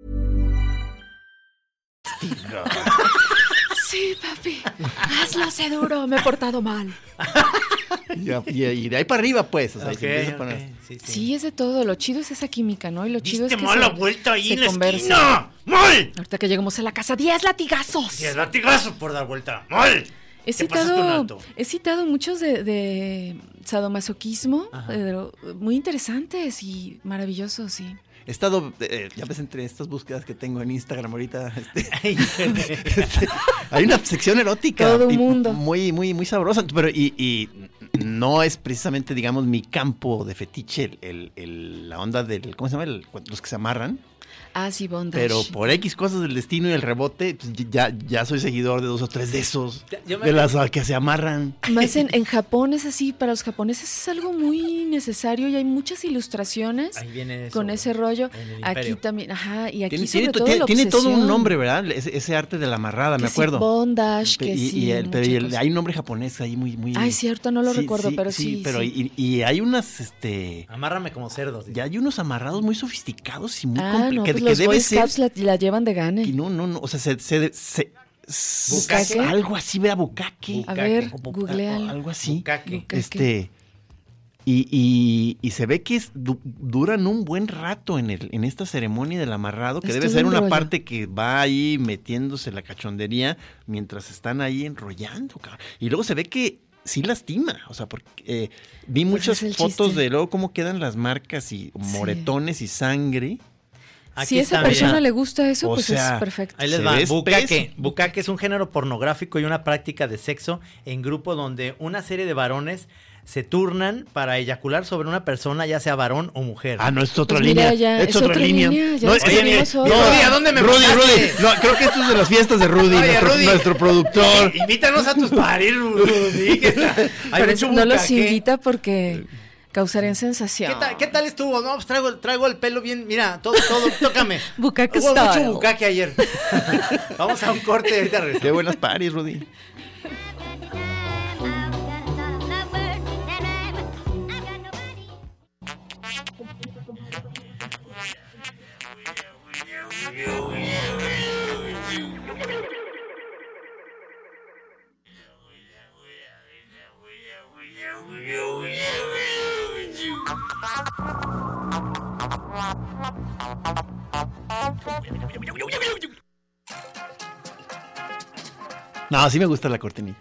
Sí, papi. Hazlo seguro. Me he portado mal. Y, y, y de ahí para arriba, pues. O sea, Ok, se empieza a ok, poner- sí, sí. Sí, es de todo. Lo chido es esa química, ¿no? Y lo chido es ¿Viste que mal se, la vuelta ahí se en la conversa. esquina? ¡Mal! Ahorita que llegamos a la casa, ¡diez latigazos! Y el latigazo por dar vuelta. ¡Mal! He Te pasaste un citado, alto. he citado muchos de, de sadomasoquismo, pero muy interesantes y maravillosos, sí. He estado, eh, ya ves, entre estas búsquedas que tengo en Instagram ahorita, este, Ay, este, hay una sección erótica. Todo y mundo. Muy, muy, muy sabrosa. Pero, y, y no es precisamente, digamos, mi campo de fetiche, el, el, el- la onda del, ¿cómo se llama? El- los que se amarran. Ah, sí, bondage. Pero por X cosas del destino y el rebote, pues, ya, ya soy seguidor de dos o tres de esos. Yo me- De las que se amarran. Más en, en Japón es así, para los japoneses es algo muy necesario y hay muchas ilustraciones Ahí viene eso, con ese rollo. en el Aquí imperio. también, ajá, y aquí Tiene, sobre tiene to- todo tiene- la tiene todo un obsesión. nombre, ¿verdad? Ese, ese arte de la amarrada, Que me sí, acuerdo. bondage, que y, sí, y el- pero y el- muchas hay un nombre japonés ahí muy, muy. Ay, cierto, no lo recuerdo, pero sí, pero sí. Y, y hay unas, este, Amárrame como cerdos. dice. ya hay unos amarrados muy sofisticados y muy Ah, complicados. no, que, pues que los debe Boy ser. Scouts la, la llevan de gane. Y no, no, no, o sea, se, se, se- s- ¿Bucaque? algo así, vea, bucaque. A ver, O bu- googlealo. o algo así. Bucaque. Bucaque. Este. Y, y, y se ve que es, du- duran un buen rato en, el, en esta ceremonia del amarrado, que Es debe todo ser un una rollo. parte que va ahí metiéndose la cachondería mientras están ahí enrollando, cabrón. Y luego se ve que sí lastima, o sea, porque eh, vi Pues muchas es el fotos chiste. de luego cómo quedan las marcas y moretones y sangre. Aquí Si a esa está, persona mira. le gusta eso, O pues sea, es perfecto. Ahí les Se va. ve Bucaque. espeso. Bucaque es un género pornográfico y una práctica de sexo en grupo donde una serie de varones se turnan para eyacular sobre una persona, ya sea varón o mujer. Ah, no, es otra Pues mira, línea. ya, es, es otra, otra línea. línea, ya No, es- descubrimos no, otra. Rudy, ¿a dónde me Rudy, mandaste? Rudy. No, creo que esto es de las fiestas de Rudy, Oye, nuestro, Rudy. nuestro productor. Invítanos a tus paris, Rudy. Que está, hay Pero mucho no los bucaque. invita porque causarían sensación. ¿Qué tal, ¿Qué tal estuvo? No, pues traigo, traigo el pelo bien. Mira, todo, todo, tócame. Bucaque Hubo style. mucho bucaque ayer. Vamos a un corte y ahorita regresamos. Qué buenas paris, Rudy. No, sí me gusta la cortinilla.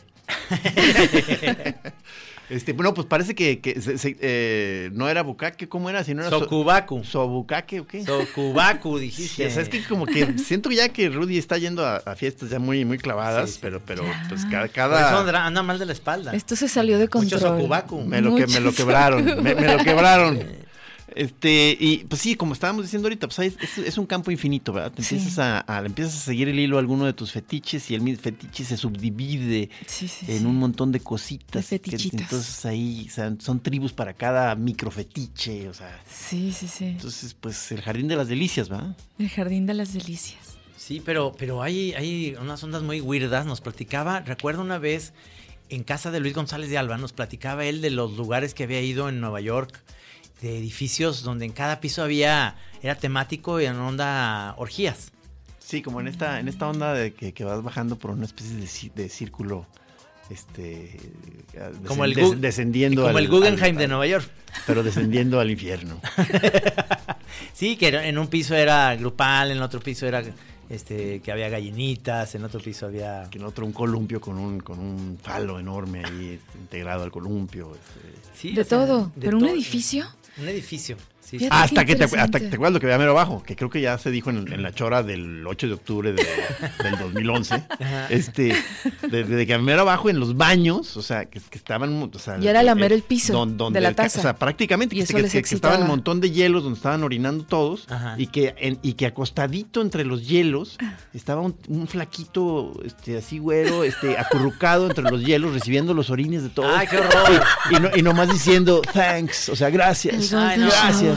Este, bueno, pues parece que, que se- se- eh, no era bucaque, ¿cómo era? Si no era so- Sokubaku. sobucaque o qué. Sokubaku, Sí, dijiste. o sea, es que como que siento ya que Rudy está yendo a, a fiestas ya muy, muy clavadas, Sí, sí. pero, pero pues cada, Por eso cada anda, anda mal de la espalda. Esto se salió de Mucho control. sokubaku. me lo que me lo Muchos. quebraron, me, me lo quebraron. Este, y pues sí, como estábamos diciendo ahorita, pues es, es- es un campo infinito, ¿verdad? Te Sí. empiezas a, a- le empiezas a seguir el hilo a alguno de tus fetiches y el mi- fetiche se subdivide Sí, sí, en sí. un montón de cositas. De que fetichitos. entonces ahí o sea, son tribus para cada microfetiche, o sea. Sí, sí, sí. Entonces, pues el jardín de las delicias, ¿va? El jardín de las delicias. Sí, pero, pero hay, hay unas ondas muy weirdas. Nos platicaba, recuerdo una vez en casa de Luis González de Alba, nos platicaba él de los lugares que había ido en Nueva York, de edificios donde en cada piso había, era temático y en onda orgías. Sí, como en esta, en esta onda de que, que vas bajando por una especie de, ci- de círculo, este, desen- Como el, des- Gu- descendiendo como al- el Guggenheim al- de Nueva York. pero descendiendo al infierno. Sí, que era- en un piso era grupal, en otro piso era este que había gallinitas, en otro piso había... Que en otro un columpio con un, con un falo enorme ahí este, integrado al columpio. este. Sí, De o sea, todo. de ¿Pero un todo. edificio? Un edificio, sí. Fíjate. Hasta qué que, te, interesante. hasta que te acuerdas lo que había mero abajo, que creo que ya se dijo en, en la chora del ocho de octubre de- del dos mil once, este, de, de que mero abajo en los baños, o sea, que, que estaban... O sea, Y era lamer el piso de la el ca- taza. O sea, prácticamente, Y que, eso que- les que estaban un excitaba. montón de hielos donde estaban orinando todos, Ajá. y que, en- y que acostadito entre los hielos estaba un, un flaquito, este, así güero, este, acurrucado entre los hielos, recibiendo los orines de todos. ¡Ay, qué horror! Y, no- y nomás diciendo, thanks, o sea, gracias, El Golden gracias. Shower.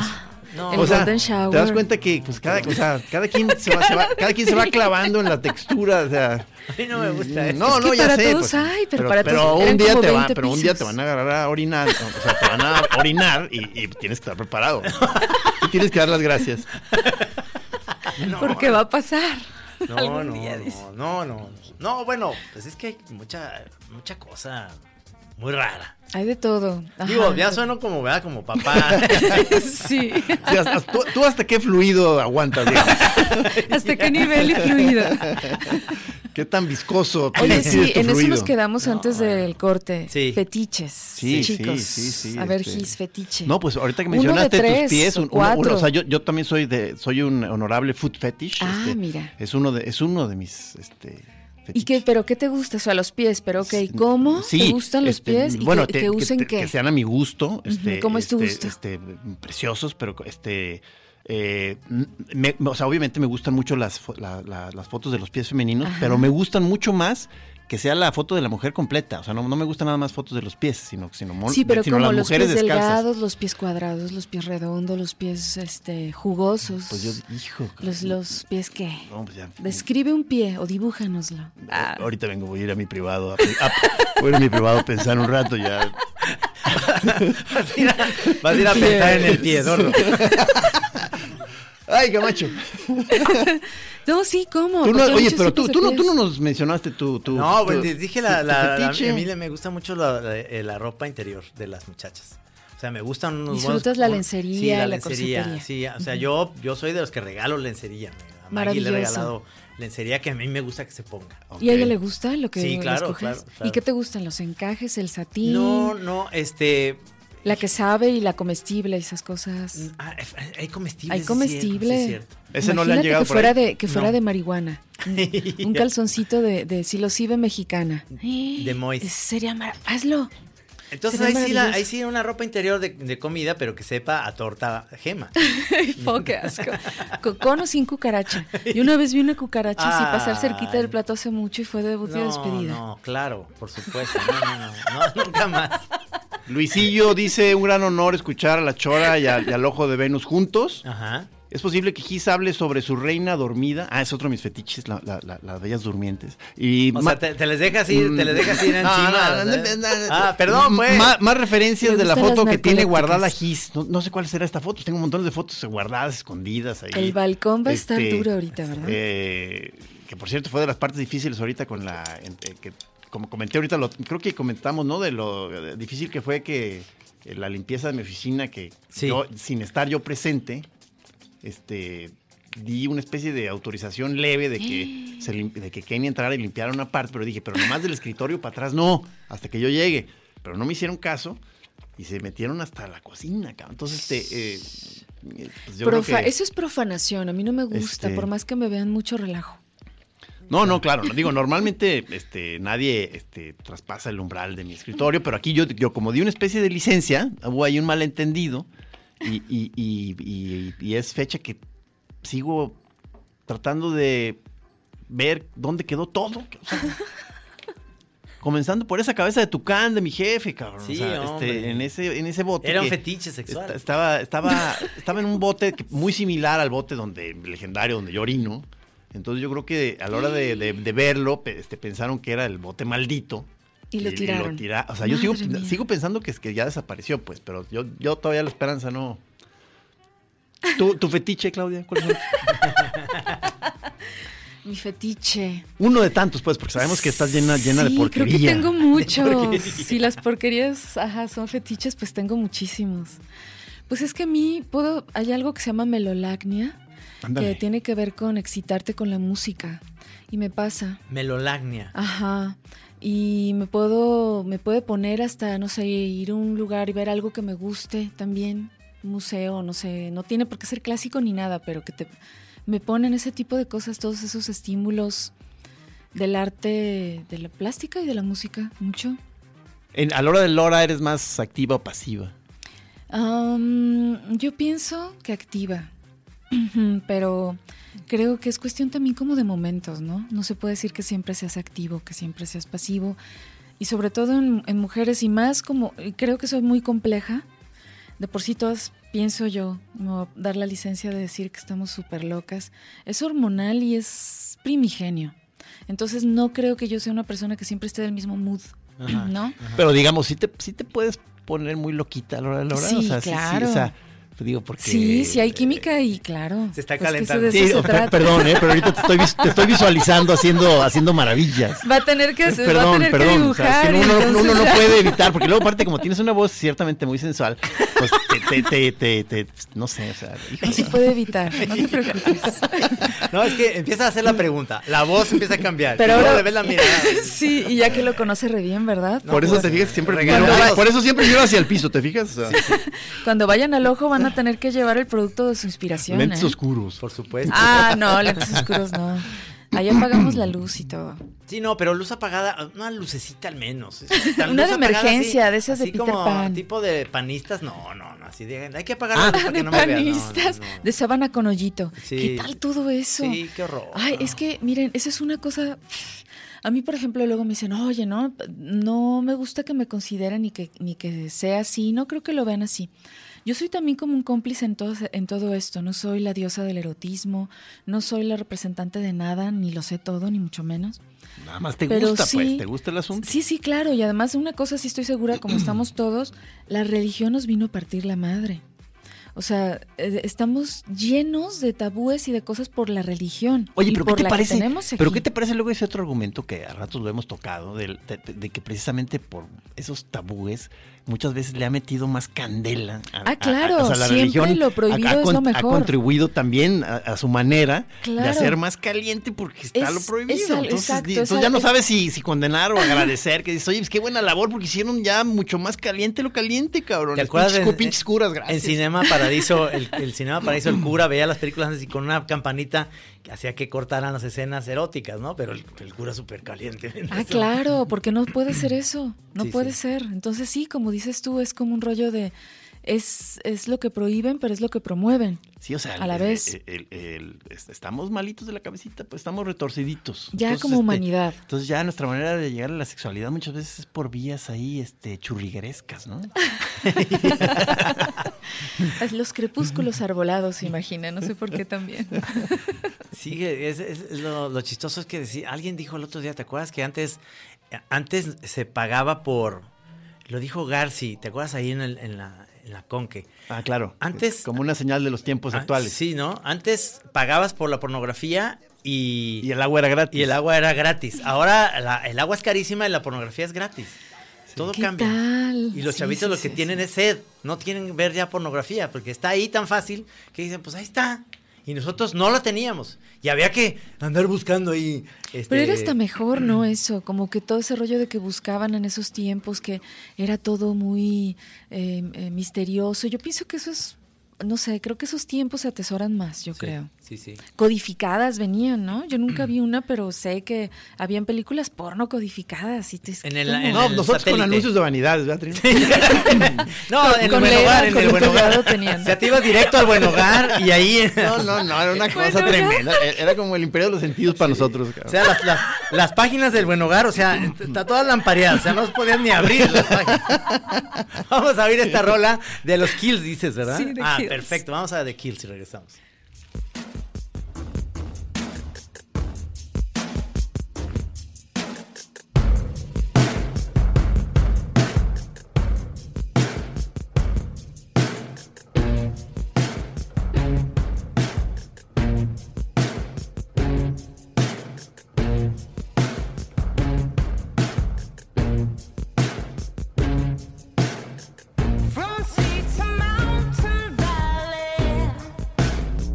No. el O sea, golden shower. te das cuenta que pues cada, o sea, cada quien se va, se va, cada quien se va clavando en la textura, o sea. A mí no me gusta eso. No, Es que no, ya para sé. todos pues, hay, pero pero para pero todos un eran día como te va, veinte pero un día te pisos. van a agarrar a orinar, o sea, te van a orinar y, y tienes que estar preparado. Y tienes que dar las gracias. Porque va a pasar. No, Algún no, día, dice. no, no, no. No, bueno, pues es que hay mucha, mucha cosa muy rara. Hay de todo. Ajá. Digo, ya sueno como, ¿verdad? Como papá. Sí. Sí, hasta- tú, tú hasta qué fluido aguantas, digamos. ¿Hasta qué nivel y fluido? Qué tan viscoso. Oye, es sí, tu en eso fluido. nos quedamos antes del corte. Sí. Fetiches. Sí, chicos. sí, sí, sí, A ver, este. Gis, fetiche. No, pues ahorita que Uno de mencionaste tres tus pies, o un- uno- cuatro. uno, o sea, yo, yo también soy de, soy un honorable foot fetish. Ah, este, mira. Es uno de, es uno de mis, este, ¿Y qué, pero qué te gusta? O sea, los pies, pero ok, ¿cómo Sí, te gustan los este, pies? ¿Y bueno, que, te- que usen te- qué? que sean a mi gusto. Este, ¿Cómo es tu este, gusto? Este, preciosos, pero este. Eh, me- o sea, obviamente me gustan mucho las, fo- la- la- las fotos de los pies femeninos, Ajá. pero me gustan mucho más que sea la foto de la mujer completa. O sea, no, no me gustan nada más fotos de los pies, sino, sino, mon- Sí, pero sino como las los mujeres pies descalzas. delgados, los pies cuadrados, los pies redondos, los pies este jugosos. Pues yo, hijo. Los, los pies qué. No, pues ya. Describe un pie o dibújanoslo. Ah. Ahorita vengo, voy a ir a mi privado. A, a- voy a ir a mi privado a pensar un rato ya. Vas a ir a, vas a, ir a pensar en el pie, Eduardo. Ay, Camacho. No, sí, ¿cómo? Tú no- Porque hay oye, muchos pero tú, tipos tú, de no, tú no pies. nos mencionaste tu. tu No, tu- pues les dije la, tu la, la- fetiche. a mí le- me gusta mucho la, la- eh, la ropa interior de las muchachas. O sea, me gustan unos Disfrutas buenos- la un- lencería, sí, la, la lencería. corsetería. Sí, o sea, yo, yo soy de los que regalo lencería. A Maggie le he Maravilloso. regalado lencería que a mí me gusta que se ponga. ¿Y a ella Ok. le gusta lo que Sí, le claro, escoges? claro, claro. ¿Y qué te gustan? ¿Los encajes, el satín? No, no, este... La que sabe y la comestible, esas cosas. ah, hay comestibles. Hay sí, comestible. sí, es cierto. Ese no le han Imagínate llegado que por fuera ahí. de que fuera No. de marihuana. Un, un calzoncito de, de silocibe mexicana. De Mois. Ese sería mar... Hazlo. Entonces Sería ahí sí, la, maravilloso. ahí sí una ropa interior de, de comida, pero que sepa a torta gema. Ay, fo, qué asco. Con, con o sin cucaracha. Y una vez vi una cucaracha así pasar cerquita del plato hace mucho y fue debut y No, despedida. no, claro, por supuesto. No, no, no, no, nunca más. Luisillo dice: un gran honor escuchar a la Chora y, a- y al Ojo de Venus juntos. Ajá. Es posible que Gis hable sobre su reina dormida. Ah, es otro de mis fetiches, la- la- la- las bellas durmientes. Y O ma- sea, te, te les dejas ir, te les dejas ir No, encima. no, no, ¿verdad? no, no, no. Ah, perdón, pues. Más, más referencias Le de la gustan foto las que tiene narcolépticas. guardada Gis. No, no sé cuál será esta foto. Tengo montones de fotos guardadas, escondidas ahí. El balcón va a estar Este, duro ahorita, ¿verdad? eh, que por cierto fue de las partes difíciles ahorita con la... en- eh, que, como comenté ahorita, lo- creo que comentamos, ¿no? De lo eh, difícil que fue que eh, la limpieza de mi oficina, que Sí. yo, sin estar yo presente, este... di una especie de autorización leve de que, se lim- de que Kenny entrara y limpiara una parte, pero dije, pero nomás del escritorio para atrás no, hasta que yo llegue. Pero no me hicieron caso y se metieron hasta la cocina, cabrón. Entonces, este, eh, eh, pues yo creo Profa- que- Eso es profanación, a mí no me gusta, Este- por más que me vean mucho relajo. No, no, claro, no, digo, normalmente este, nadie este, traspasa el umbral de mi escritorio, pero aquí yo, yo como di una especie de licencia, hubo ahí un malentendido y, y, y, y- y es fecha que sigo tratando de ver dónde quedó todo. O sea, comenzando por esa cabeza de tucán de mi jefe, cabrón. Sí, o sea, hombre. este, en ese, en ese bote. Era un que fetiche sexual. esta- Estaba, estaba, estaba en un bote que- muy similar al bote donde legendario donde yo orino. Entonces yo creo que a la hora de, de- de verlo, pe- este, pensaron que era el bote maldito. Y lo tiraron. tira- o sea, yo sigo, Madre mía. sigo pensando que es que ya desapareció, pues, pero yo, yo todavía la esperanza no. ¿Tu, tu fetiche, Claudia? ¿Cuál fue? Mi fetiche. Uno de tantos, pues, porque sabemos que estás llena, llena de Sí, porquería. creo que tengo muchos. porquería. Si las porquerías, ajá, son fetiches, pues tengo muchísimos. Pues es que a mí puedo, hay algo que se llama melolacnia, Ándale. que tiene que ver con excitarte con la música. Y me pasa. Melolagnia. Ajá. Y me puedo, me puede poner hasta, no sé, ir a un lugar y ver algo que me guste también. Un museo, no sé, no tiene por qué ser clásico ni nada, pero que te me ponen ese tipo de cosas, todos esos estímulos del arte, de la plástica y de la música, mucho. En- a la hora de Lora, ¿eres más activa o pasiva? Am, yo pienso que activa, pero creo que es cuestión también como de momentos, ¿no? No se puede decir que siempre seas activo, que siempre seas pasivo, y sobre todo en, en mujeres y más como, y creo que soy muy compleja, de por sí todas, pienso yo, como dar la licencia de decir que estamos súper locas, es hormonal y es primigenio. Entonces no creo que yo sea una persona que siempre esté del mismo mood, ajá, ¿no? Ajá. Pero digamos, sí te, sí te puedes poner muy loquita a la hora de la hora. Sí, o sea, claro. Sí, sí, o sea, digo, porque... Sí, sí hay química y claro. Se está pues calentando. Que sí, se per- perdón, eh, pero ahorita te estoy, vis- te estoy visualizando haciendo, haciendo maravillas. Va a tener que, Perdón, va a tener perdón, que o dibujar. sea, es que uno, no- entonces uno no ya. puede evitar, porque luego aparte como tienes una voz ciertamente muy sensual, pues te, te, te, te, te- no sé, o sea, híjole. No se puede evitar, no te preocupes. No, es que empieza a hacer la pregunta, la voz empieza a cambiar. Pero y luego ahora le ves la mirada. sí, y ya que lo conoce re bien, ¿verdad? Por eso pues, te fijas que siempre regalos. miro- por eso siempre miro hacia el piso, ¿te fijas? O sea, Cuando vayan al ojo van a tener que llevar el producto de su inspiración. lentes ¿eh? oscuros. Por supuesto. Ah, no, lentes oscuros no. Ahí apagamos la luz y todo. Sí, no, pero luz apagada, una lucecita al menos. Tan Una luz de apagada, emergencia, así- de esas de así Peter como Pan. tipo de panistas, no, no, no, así de, hay que apagar la luz para De que no me vean. No, no, panistas, no. de sábana con hoyito. Sí. ¿Qué tal todo eso? Sí, qué horror. Ay, es que, miren, esa es una cosa... A mí, por ejemplo, luego me dicen, oye, no, no me gusta que me consideren ni que, ni que sea así, no creo que lo vean así. Yo soy también como un cómplice en todo, en todo esto, no soy la diosa del erotismo, no soy la representante de nada, ni lo sé todo, ni mucho menos. Nada más te Pero gusta, sí, pues, ¿te gusta el asunto? Sí, sí, claro, y además una cosa sí estoy segura, como estamos todos, la religión nos vino a partir la madre. O sea, eh, estamos llenos de tabúes y de cosas por la religión. Oye, y pero por ¿qué te la parece? que tenemos aquí. Pero ¿qué te parece luego ese otro argumento que a ratos lo hemos tocado del- de, de- de que precisamente por esos tabúes muchas veces le ha metido más candela a, Ah, claro, a- o sea, la siempre religión lo prohibido ha, ha es con- lo ha mejor. contribuido también a, a su manera de Claro. hacer más caliente porque está Es- lo prohibido. es al- entonces exacto, di- es entonces al- ya no es- sabes si, si condenar o agradecer, que dices, oye, pues qué buena labor porque hicieron ya mucho más caliente lo caliente, cabrón. ¿Te acuerdas Pinches, en- pinches curas, gracias. En Cinema Paradiso, el, el Cinema Paradiso, el cura veía las películas antes y con una campanita que hacía que cortaran las escenas eróticas, ¿no? Pero el, el cura súper caliente. Ah, claro, porque no puede ser eso, no Sí, puede sí. ser. Entonces sí, como dices tú, es como un rollo de, es, es lo que prohíben, pero es lo que promueven. Sí, o sea, a la el- vez. el- el- el- est- estamos malitos de la cabecita, pues estamos retorciditos. Ya Entonces, como este, humanidad. Entonces ya nuestra manera de llegar a la sexualidad muchas veces es por vías ahí, este, churriguerescas, ¿no? Los crepúsculos arbolados, se imagina, no sé por qué también. Sí, es, es- es lo, lo chistoso es que decía, alguien dijo el otro día, ¿te acuerdas que antes, antes se pagaba por, lo dijo Garci, ¿te acuerdas ahí en, el- en la, en la Conque? Ah, claro. Antes- Como una señal de los tiempos Ah, actuales. Sí, ¿no? Antes pagabas por la pornografía y, Y el agua era gratis. y el agua era gratis. Ahora la- el agua es carísima y la pornografía es gratis. Todo ¿Qué cambia. tal? Y los Sí, chavitos sí, lo sí, que sí. tienen es sed, no quieren ver ya pornografía, porque está ahí tan fácil que dicen, pues ahí está. Y nosotros no la teníamos. Y había que andar buscando ahí. este, Pero era hasta mejor, ¿no? Eso, como que todo ese rollo de que buscaban en esos tiempos, que era todo muy eh, eh, misterioso. Yo pienso que eso es, no sé, creo que esos tiempos se atesoran más, yo sí, creo. Sí, sí. Codificadas venían, ¿no? Yo nunca vi una, pero sé que habían películas porno codificadas. Y te, En el- ¿cómo? en No, el nosotros satélite. con anuncios de vanidades, Beatriz. No, Con- en el con buen Leda, hogar, en con el un buen hogar. teclado tenían. O sea, te ibas directo al buen hogar y ahí... No, no, no, era una cosa Bueno, tremenda. Era como el imperio de los sentidos para nosotros, cabrón. O sea, las, las, las páginas del Buen Hogar, o sea, está todas lampareadas, o sea, no se podían ni abrir las páginas. Vamos a oír esta rola de los Kills, dices, ¿verdad? Sí, de ah, Kills. perfecto, vamos a The Kills y regresamos. From sea to mountain valley,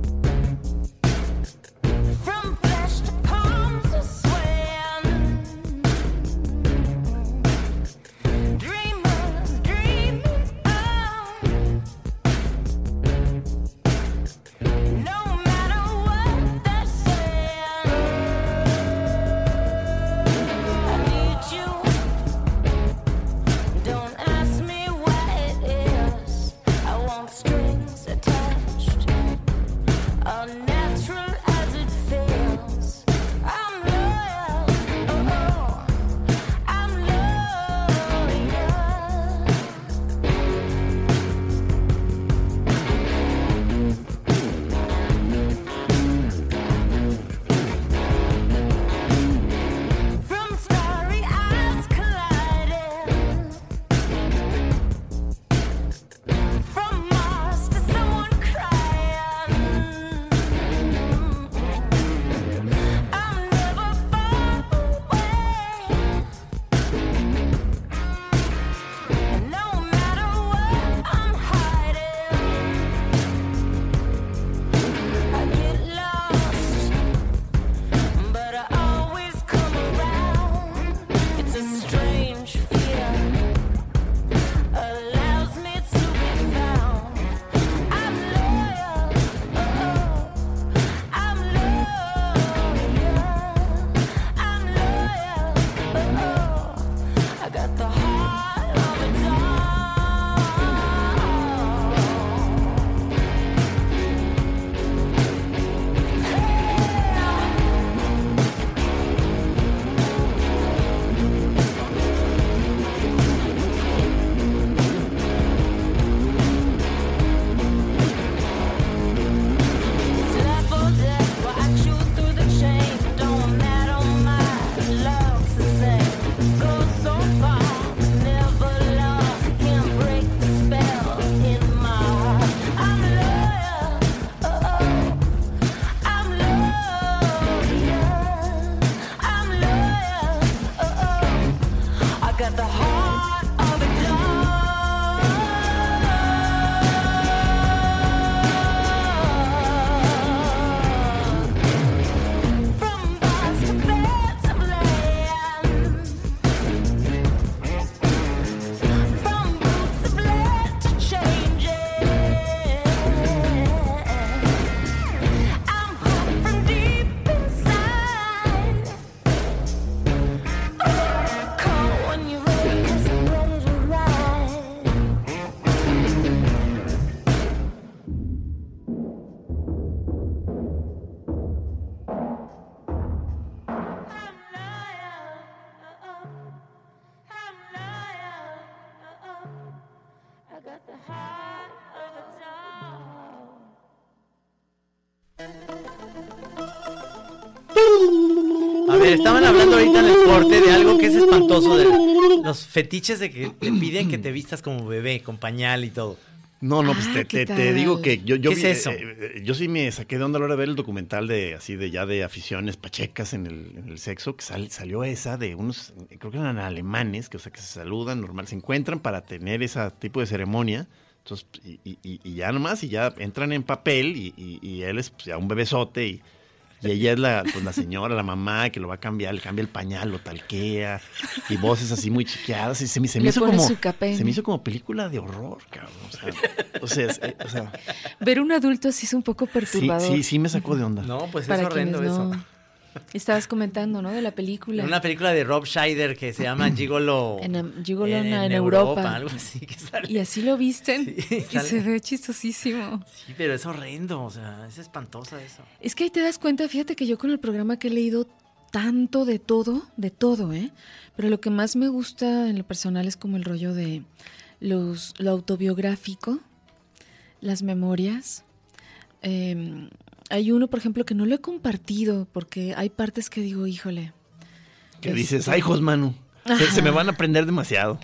estaban hablando ahorita en el corte de algo que es espantoso, de los fetiches de que te piden que te vistas como bebé, con pañal y todo. No, no, pues Ah, te, ¿qué te, te tal? digo que yo, yo ¿Qué vi, es eso? eh, yo sí me saqué de onda a la hora de ver el documental de así de ya de aficiones pachecas en el, en el sexo, que sal- salió esa de unos, creo que eran alemanes, que o sea que se saludan normal, se encuentran para tener ese tipo de ceremonia. Entonces, y, y, y ya nomás, y ya entran en papel, y, y, y él es pues, ya un bebesote, y, y ella es la, pues, la señora, la mamá, que lo va a cambiar, le cambia el pañal, lo talquea, y voces así muy chiqueadas, y se, me- se me Le hizo pone como, su capé. se me hizo como película de horror, cabrón, o sea, o sea, es- eh, o sea, Ver un adulto así es un poco sí, perturbador. sí, sí me sacó de onda. No, pues Para es horrendo quienes eso. no. Estabas comentando, ¿no? De la película. Una película de Rob Schneider que se llama Gigolo. En, em, Gigolo en- en Europa. Algo así. Que sale. Y así lo visten. Sí, y sale. se ve chistosísimo. Sí, pero es horrendo, o sea, es espantosa eso. Es que ahí te das cuenta, fíjate que yo con el programa que he leído tanto de todo, de todo, ¿eh? Pero lo que más me gusta en lo personal es como el rollo de los, lo autobiográfico, las memorias. Eh, hay uno, por ejemplo, que no lo he compartido porque hay partes que digo, híjole. Que este, dices, ay, Josmanu, se, se me van a aprender demasiado.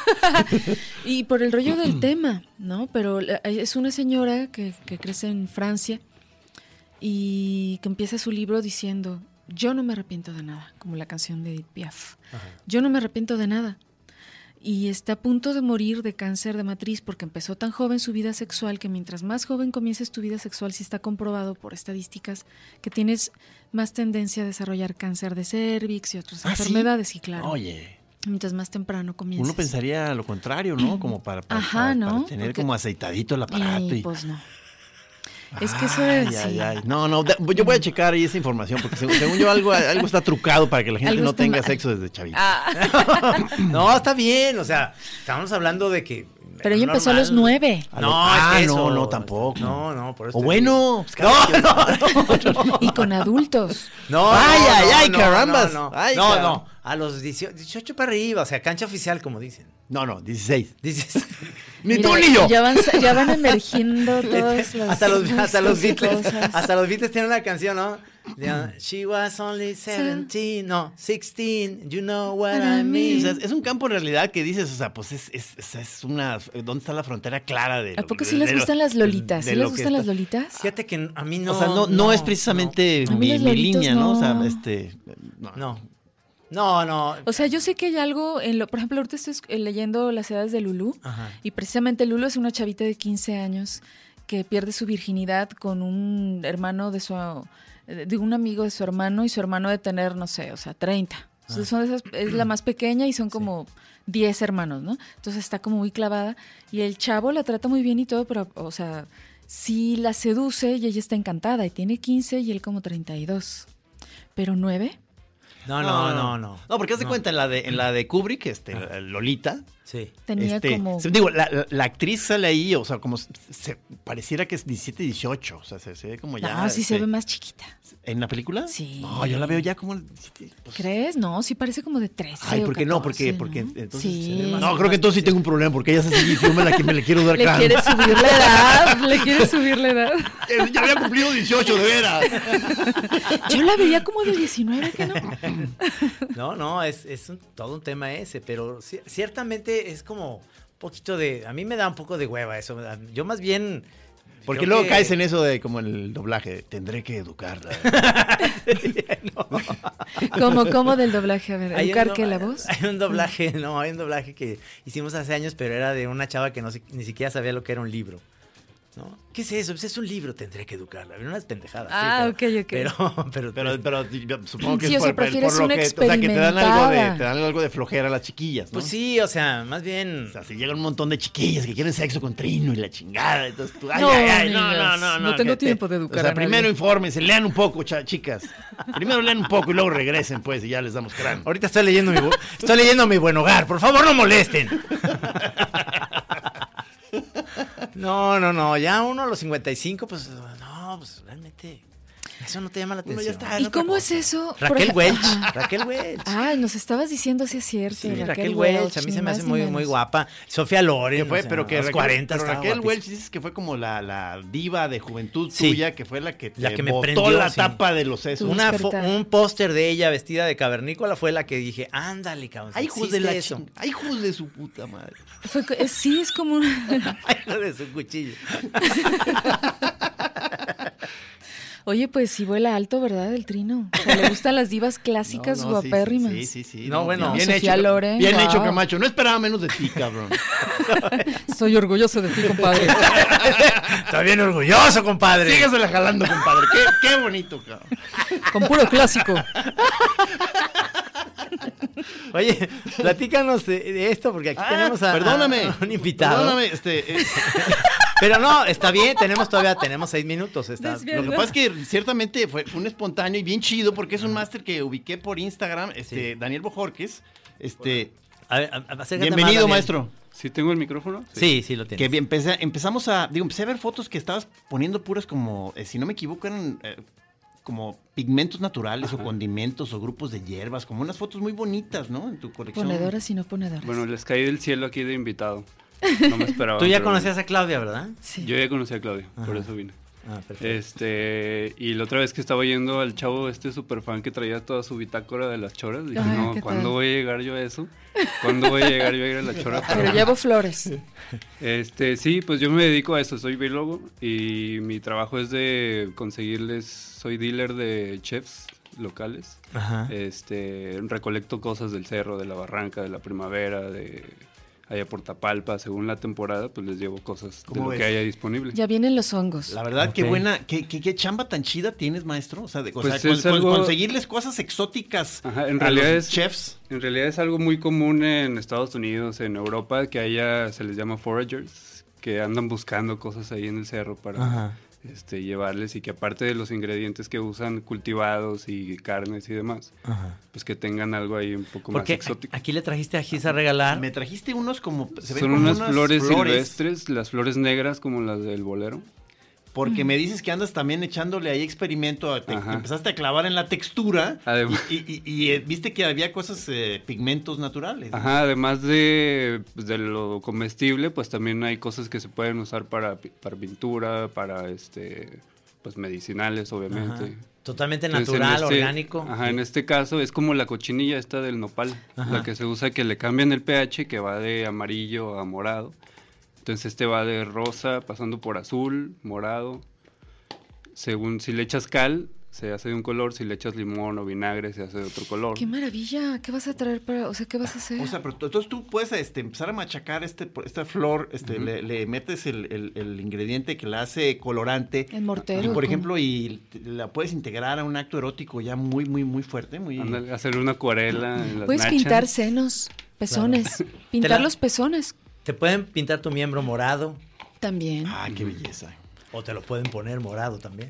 Y por el rollo del tema, ¿no? Pero la- es una señora que, que crece en Francia y que empieza su libro diciendo, yo no me arrepiento de nada, como la canción de Edith Piaf. Yo no me arrepiento de nada. Y está a punto de morir de cáncer de matriz porque empezó tan joven su vida sexual que mientras más joven comiences tu vida sexual, sí está comprobado por estadísticas que tienes más tendencia a desarrollar cáncer de cervix y otras ¿Ah, sí? enfermedades, y claro. Oye, Mientras más temprano comiences. uno pensaría lo contrario, ¿no? Como para, para, Ajá, para- ¿no? para tener Porque- como aceitadito el aparato. Y Y, pues no. Es que eso es... Ay, ay, sí. ay. No, no, de- yo voy a checar ahí esa información porque según, según yo algo, algo está trucado para que la gente Algo no está tenga mal. sexo desde chavito. Ah, No, está bien, o sea, estamos hablando de que. pero ella empezó a los normal. nueve. A No, lo- ah, es que no, eso. no, tampoco. No, no, por eso. O te bueno, pues, cada No, quien- no, no. Y con adultos. No, Ay, no, ay, no, ay, no, carambas. No, no, Ay, no, caramba. no, a los dieciocho, dieciocho para arriba, o sea, cancha oficial, como dicen. No, no, dieciséis. Dices. Ni Mira, tú ni yo. Ya van, ya van emergiendo todas las... hasta los, hasta los gustos y Beatles, cosas. hasta los Beatles tienen una canción, ¿no? De, She was only seventeen, no, sixteen, you know what I O mean. sea, es un campo en realidad que dices, o sea, pues es, es, es- es una... ¿Dónde está la frontera clara de ¿A lo- poco de- sí les de lo- gustan las lolitas? de ¿Sí lo les que gustan las está- lolitas? Fíjate que a mí no. O sea, no, no, es precisamente A mí mi, los mi lolitos línea, ¿no? O sea, no. este... No. No. No, no. O sea, yo sé que hay algo, en lo, por ejemplo, ahorita estoy eh, leyendo Las edades de Lulú, Ajá. y precisamente Lulú es una chavita de quince años que pierde su virginidad con un hermano de su, de un amigo de su hermano, y su hermano de tener, no sé, o sea, treinta. Entonces son de esas, es la más pequeña y son como diez hermanos, ¿no? Entonces está como muy clavada, y el chavo la trata muy bien y todo, pero, o sea, sí la seduce y ella está encantada, y tiene quince y él como treinta y dos. Pero nueve. No, no, no, no. No, porque haz de No. cuenta, en la de, en la de Kubrick, este, Lolita, Sí. Tenía este, como... se- digo, la, la- la actriz sale ahí, o sea, como se, se- pareciera que es diecisiete, dieciocho, o sea, se, se ve como ya... No, sí se este, ve más chiquita. ¿En la película? Sí. No, yo la veo ya como... diecisiete, pues, ¿Crees? No, sí parece como de trece. Ay, o ¿por qué no? Porque, catorce, porque ¿no? entonces Sí. se ve más- No, creo que entonces sí tengo un problema, porque ella se sigue y yo me la, me la quiero dar Le grande. quiere subir la edad, le quiere subir la edad. Eh, Ya había cumplido dieciocho, de veras. Yo la veía como de diecinueve, ¿que no? No, no, es, es un- todo un tema ese, pero ci- ciertamente es como un poquito de... A mí me da un poco de hueva eso. Yo más bien... Porque creo luego que- caes en eso de como el doblaje, tendré que educarla. Como, como del doblaje, a ver, Hay un ¿educar do- qué, la voz? Hay un doblaje, no, hay un doblaje que hicimos hace años, pero era de una chava que no, si- ni siquiera sabía lo que era un libro. ¿No? ¿Qué es eso? Pues es un libro, tendré que educarla. Unas pendejadas. Ah, sí, pero, ok, ok. Pero, pero, Pero, pero yo supongo que Sí, es o sea, por, por prefieres lo una que, o sea, que te dan algo de, experimentada. te dan algo de flojera a las chiquillas, ¿no? pues sí, o sea, más bien... O sea, si llega un montón de chiquillas que quieren sexo con Trino y la chingada, entonces tú, ay, No, ay, ay, no, niños, no, no, no no. tengo que te- tiempo de educar O sea, a nadie. primero infórmense, lean un poco, cha- chicas. Primero lean un poco y luego regresen, pues, y ya les damos cráneo. Ahorita estoy leyendo mi, bu- estoy leyendo mi buen hogar. Por favor, no molesten. No, no, no. Ya uno a los cincuenta y cinco, pues, no, pues realmente. Eso no te llama la Uno atención. ya está. ¿Y cómo es eso? Por Raquel ej- Welch. Ajá. Raquel Welch. Ay, nos estabas diciendo si es cierto. Sí, Raquel, Welch, a mí ni se me más hace ni muy, menos. muy guapa. Sofía Loren, Que fue, o sea, pero que a los Raquel, cuarenta pero estaba Raquel Welch guapísima. dices que fue como la, la diva de juventud Sí. tuya, que fue la que te La que me botó prendió, la sí. tapa de los sesos. Tú Una fo- despertar. un póster de ella vestida de cavernícola fue la que dije, ándale, cabrón. Ay, hijos de la eso. ching- Ay, hijos de su puta madre. Fue co- es- sí, es como una... Ay, hijo de su cuchillo. Oye, pues sí vuela alto, ¿verdad, el Trino? O sea, le gustan las divas clásicas No, no, sí, guapérrimas. Sí, sí, sí. No, bueno. Bien Sofía hecho. Loren, Bien wow. hecho, Camacho. No esperaba menos de ti, cabrón. Soy orgulloso de ti, compadre. Estoy bien orgulloso, compadre. Sígasela jalando, compadre. Qué, qué bonito, cabrón. Con puro clásico. Oye, platícanos de, de esto, porque aquí Ah, tenemos a, perdóname. a un invitado. Perdóname, este. eh, Pero no, está bien, tenemos todavía, tenemos seis minutos. Está, Desviando. Lo que pasa es que ciertamente fue un espontáneo y bien chido porque es un máster que ubiqué por Instagram, este, Sí. Daniel Bojorques. Este, a ver, a- a- acércate más, bienvenido, Daniel. maestro. ¿Sí tengo el micrófono? Sí, sí lo Que tienes. bien, empecé- empezamos a, digo, empecé a ver fotos que estabas poniendo puras como, eh, si no me equivoco, eran eh, como pigmentos naturales o condimentos o grupos de hierbas, como unas fotos muy bonitas, ¿no? En tu colección. Ponedoras y no ponedoras. Bueno, les caí del cielo aquí de invitado. No me esperaba. Tú ya pero conocías a Claudia, ¿verdad? Sí. Yo ya conocí a Claudio, por Ajá. eso vine. Ah, perfecto. Este, y la otra vez que estaba yendo al chavo este super fan que traía toda su bitácora de las choras, dije, Ay, no, ¿qué ¿cuándo tal? voy a llegar yo a eso? ¿Cuándo voy a llegar yo a ir a la chora? Pero llevo flores. Este, sí, pues yo me dedico a eso, soy biólogo y mi trabajo es de conseguirles, soy dealer de chefs locales. Ajá. Este, recolecto cosas del cerro, de la barranca, de la primavera, de allá por Tapalpa, según la temporada, pues les llevo cosas de ¿Cómo lo ves? que haya disponible. Ya vienen los hongos. La verdad, qué Ok. buena, qué, qué, qué chamba tan chida tienes, maestro. O sea, de, o Pues sea, es con- algo- conseguirles cosas exóticas Ajá, en a realidad los es- chefs. En realidad es algo muy común en Estados Unidos, en Europa, que haya, se les llama foragers, que andan buscando cosas ahí en el cerro para Ajá. este, llevarles y que aparte de los ingredientes que usan cultivados y carnes y demás, Ajá. pues que tengan algo ahí un poco Porque más exótico. aquí le trajiste a Gis a regalar. Me trajiste unos como, se ven Son como unas, flores, silvestres, las flores negras como las del bolero. Porque me dices que andas también echándole ahí experimento, a- te, Ajá. te empezaste a clavar en la textura Además- y, y- y, eh, viste que había cosas, eh, pigmentos naturales. ¿no? Ajá, además de, pues, de lo comestible, pues también hay cosas que se pueden usar para, pi- para pintura, para este pues medicinales, obviamente. Ajá. Totalmente Entonces, en natural, este- orgánico. Ajá, en este caso es como la cochinilla esta del nopal, Ajá. la que se usa que le cambian el pH, que va de amarillo a morado. Entonces este va de rosa, pasando por azul, morado. Según si le echas cal, se hace de un color, si le echas limón o vinagre, se hace de otro color. ¡Qué maravilla! ¿Qué vas a traer para...? O sea, ¿qué vas a hacer? O sea, pero tú- entonces tú puedes este, empezar a machacar este, esta flor, este, le, le metes el, el- el ingrediente que la hace colorante. El mortero, Y, por ¿cómo? ejemplo, y te- la puedes integrar a un acto erótico ya muy, muy, muy fuerte. Muy... Ándale, hacer una acuarela en las Puedes nachas. pintar senos, pezones. Pintar Te la- los pezones Te pueden pintar tu miembro morado también. Ah, qué belleza. o te lo pueden poner morado también.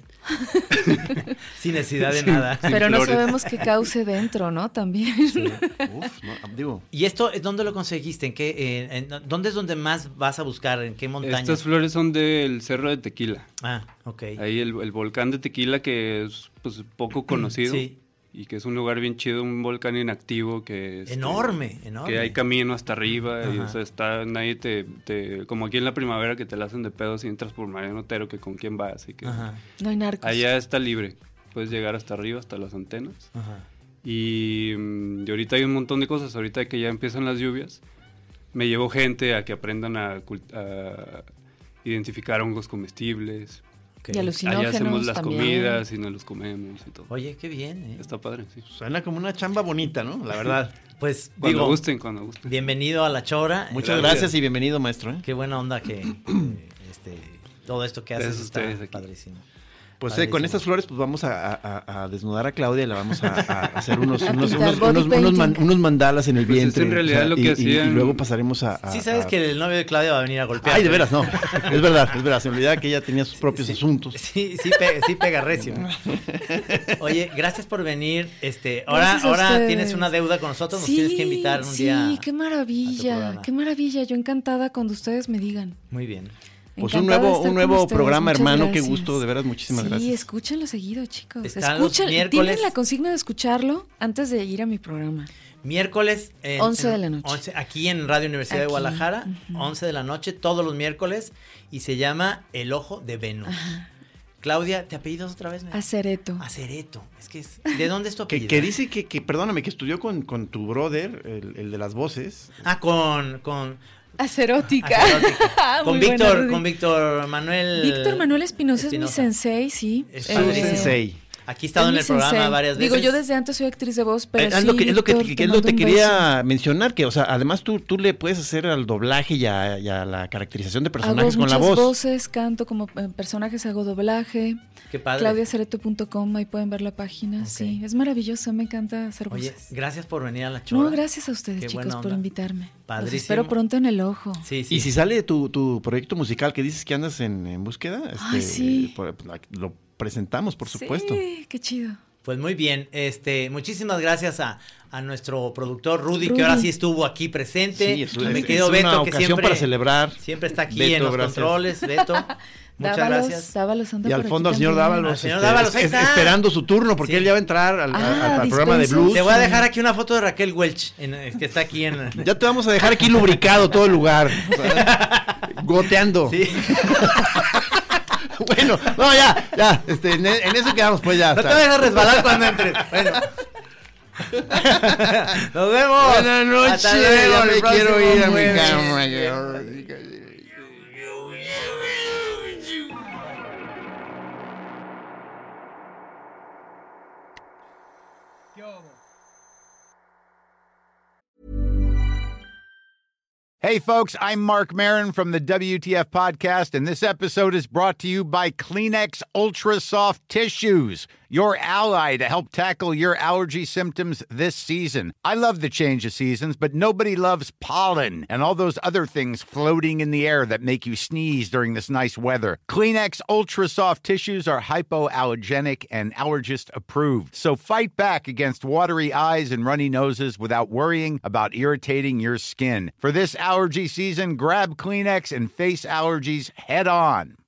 Sin necesidad de nada. Pero no flores. sabemos qué cause dentro, ¿no? También. Uf, no, digo, ¿Y esto eh, dónde lo conseguiste? ¿En qué, eh, en- ¿Dónde es donde más vas a buscar? ¿En qué montaña? Estas flores son del Cerro de Tequila. Ah, ok. Ahí el, el volcán de Tequila que es pues poco conocido. Sí. Y que es un lugar bien chido, un volcán inactivo que este, Enorme, enorme. que hay camino hasta arriba y Ajá. o sea, está nadie te, te como aquí en la primavera que te la hacen de pedo si entras por Mariano Otero que con quién vas y que Ajá, No hay narcos. allá está libre, puedes llegar hasta arriba hasta las antenas ajá. y, mm, y ahorita hay un montón de cosas, ahorita que ya empiezan las lluvias me llevo gente a que aprendan a, cult- a identificar hongos comestibles. Ok. Y alucinógenos Allá hacemos las también. comidas y nos los comemos y todo. Oye, qué bien, ¿eh? Está padre, sí. suena como una chamba bonita, ¿no? La verdad. Pues, Cuando digo, gusten, cuando gusten. bienvenido a La Chora. Muchas Gracias. gracias y bienvenido, maestro. ¿eh? Qué buena onda que eh, este, todo esto que haces Gracias a está ustedes aquí. padrísimo. Pues eh, Padrísimo. con estas flores pues vamos a, a- a desnudar a Claudia y la vamos a, a hacer unos, A unos, pintar unos, body unos- unos man- painting. unos mandalas en el Pues es vientre. en realidad lo que y, y- hacían- y luego pasaremos a... a- Sí, sabes a- que el novio de Claudia va a venir a golpear. Ay, de veras, no. Es verdad, es verdad. Se me olvidaba que ella tenía sus propios Sí. asuntos. Sí, sí pega, sí pega recio. Oye, gracias por venir. Este, ahora, Gracias a ahora ustedes. tienes una deuda con nosotros, nos Sí, tienes que invitar un sí, día. qué a tu maravilla, programa. qué maravilla. Yo encantada cuando ustedes me digan. Muy bien. Pues un Encantada de nuevo, estar un con nuevo ustedes. programa, Muchas hermano, qué gracias. gusto, de veras, muchísimas sí, gracias. escúchenlo seguido, chicos. Están los Escuchen, miércoles. tienen la consigna de escucharlo antes de ir a mi programa. Miércoles. En, once de en- la noche. once, aquí en Radio Universidad de Aquí, Guadalajara, ujú. once de la noche, todos los miércoles. Y se llama El Ojo de Venus. Ajá. Claudia, ¿te apellidas otra vez? Acereto. Acereto. Es que es, ¿de dónde es tu Que, apellido? que dice que, que, perdóname, que estudió con, con tu brother, el, el de las voces. Ah, con. con Acerótica. Acerótica. con Muy buena, Víctor, Rudy. con Víctor Manuel. Víctor Manuel Espinosa es mi Espinosa. sensei, sí. Es Eh, su Sensei. Aquí he estado es en mi el programa sensei. varias veces. Digo, yo desde antes soy actriz de voz, pero Eh, es sí, lo que, es lo que, Víctor, que te es lo mando que un quería mencionar, que, o sea, además tú, tú le puedes hacer al doblaje y a, y a la caracterización de beso. personajes Hago con la muchas voz. voces, canto como eh, personajes, hago doblaje. Qué padre. claudia acereto punto com, ahí pueden ver la página. Ok. Sí, es maravilloso, me encanta hacer Oye, voces. gracias por venir a la chora. No, gracias a ustedes, Qué chicos, buena por onda. invitarme. Padrísimo. Los espero pronto en el ojo. Sí, sí. Y si sale tu, tu proyecto musical que dices que andas en, en búsqueda, Ay, sí. por- lo presentamos, por supuesto. Sí, qué chido. Pues muy bien, este, muchísimas gracias a, a nuestro productor Rudy, Rudy. que ahora sí estuvo aquí presente. Sí, es, Me es- quedo es Beto, una que ocasión siempre, para celebrar. siempre está aquí Beto, en los gracias. controles, Beto. Muchas Dávalos, gracias. Dávalos anda Y al por fondo al aquí señor también. Dávalos, Al señor este, Dávalos, ahí es- está. esperando su turno, porque Sí. él ya va a entrar al, Ah, al programa de dispensa. blues. Te voy a dejar aquí una foto de Raquel Welch, en- que está aquí en... Ya te vamos a dejar aquí lubricado todo el lugar. O sea, goteando. Sí. Bueno, no, ya, ya, este, en, en eso quedamos, pues ya. No te está. vayas a resbalar cuando entres. Bueno. Nos vemos. Buenas noches, Hasta luego, ya el me quiero próximo ir a mi jueves. cama. Hey, folks, I'm Mark Marin from the W T F Podcast, and this episode is brought to you by Kleenex Ultra Soft Tissues, your ally to help tackle your allergy symptoms this season. I love the change of seasons, but nobody loves pollen and all those other things floating in the air that make you sneeze during this nice weather. Kleenex Ultra Soft Tissues are hypoallergenic and allergist approved, so fight back against watery eyes and runny noses without worrying about irritating your skin. For this allergy season, grab Kleenex and face allergies head on.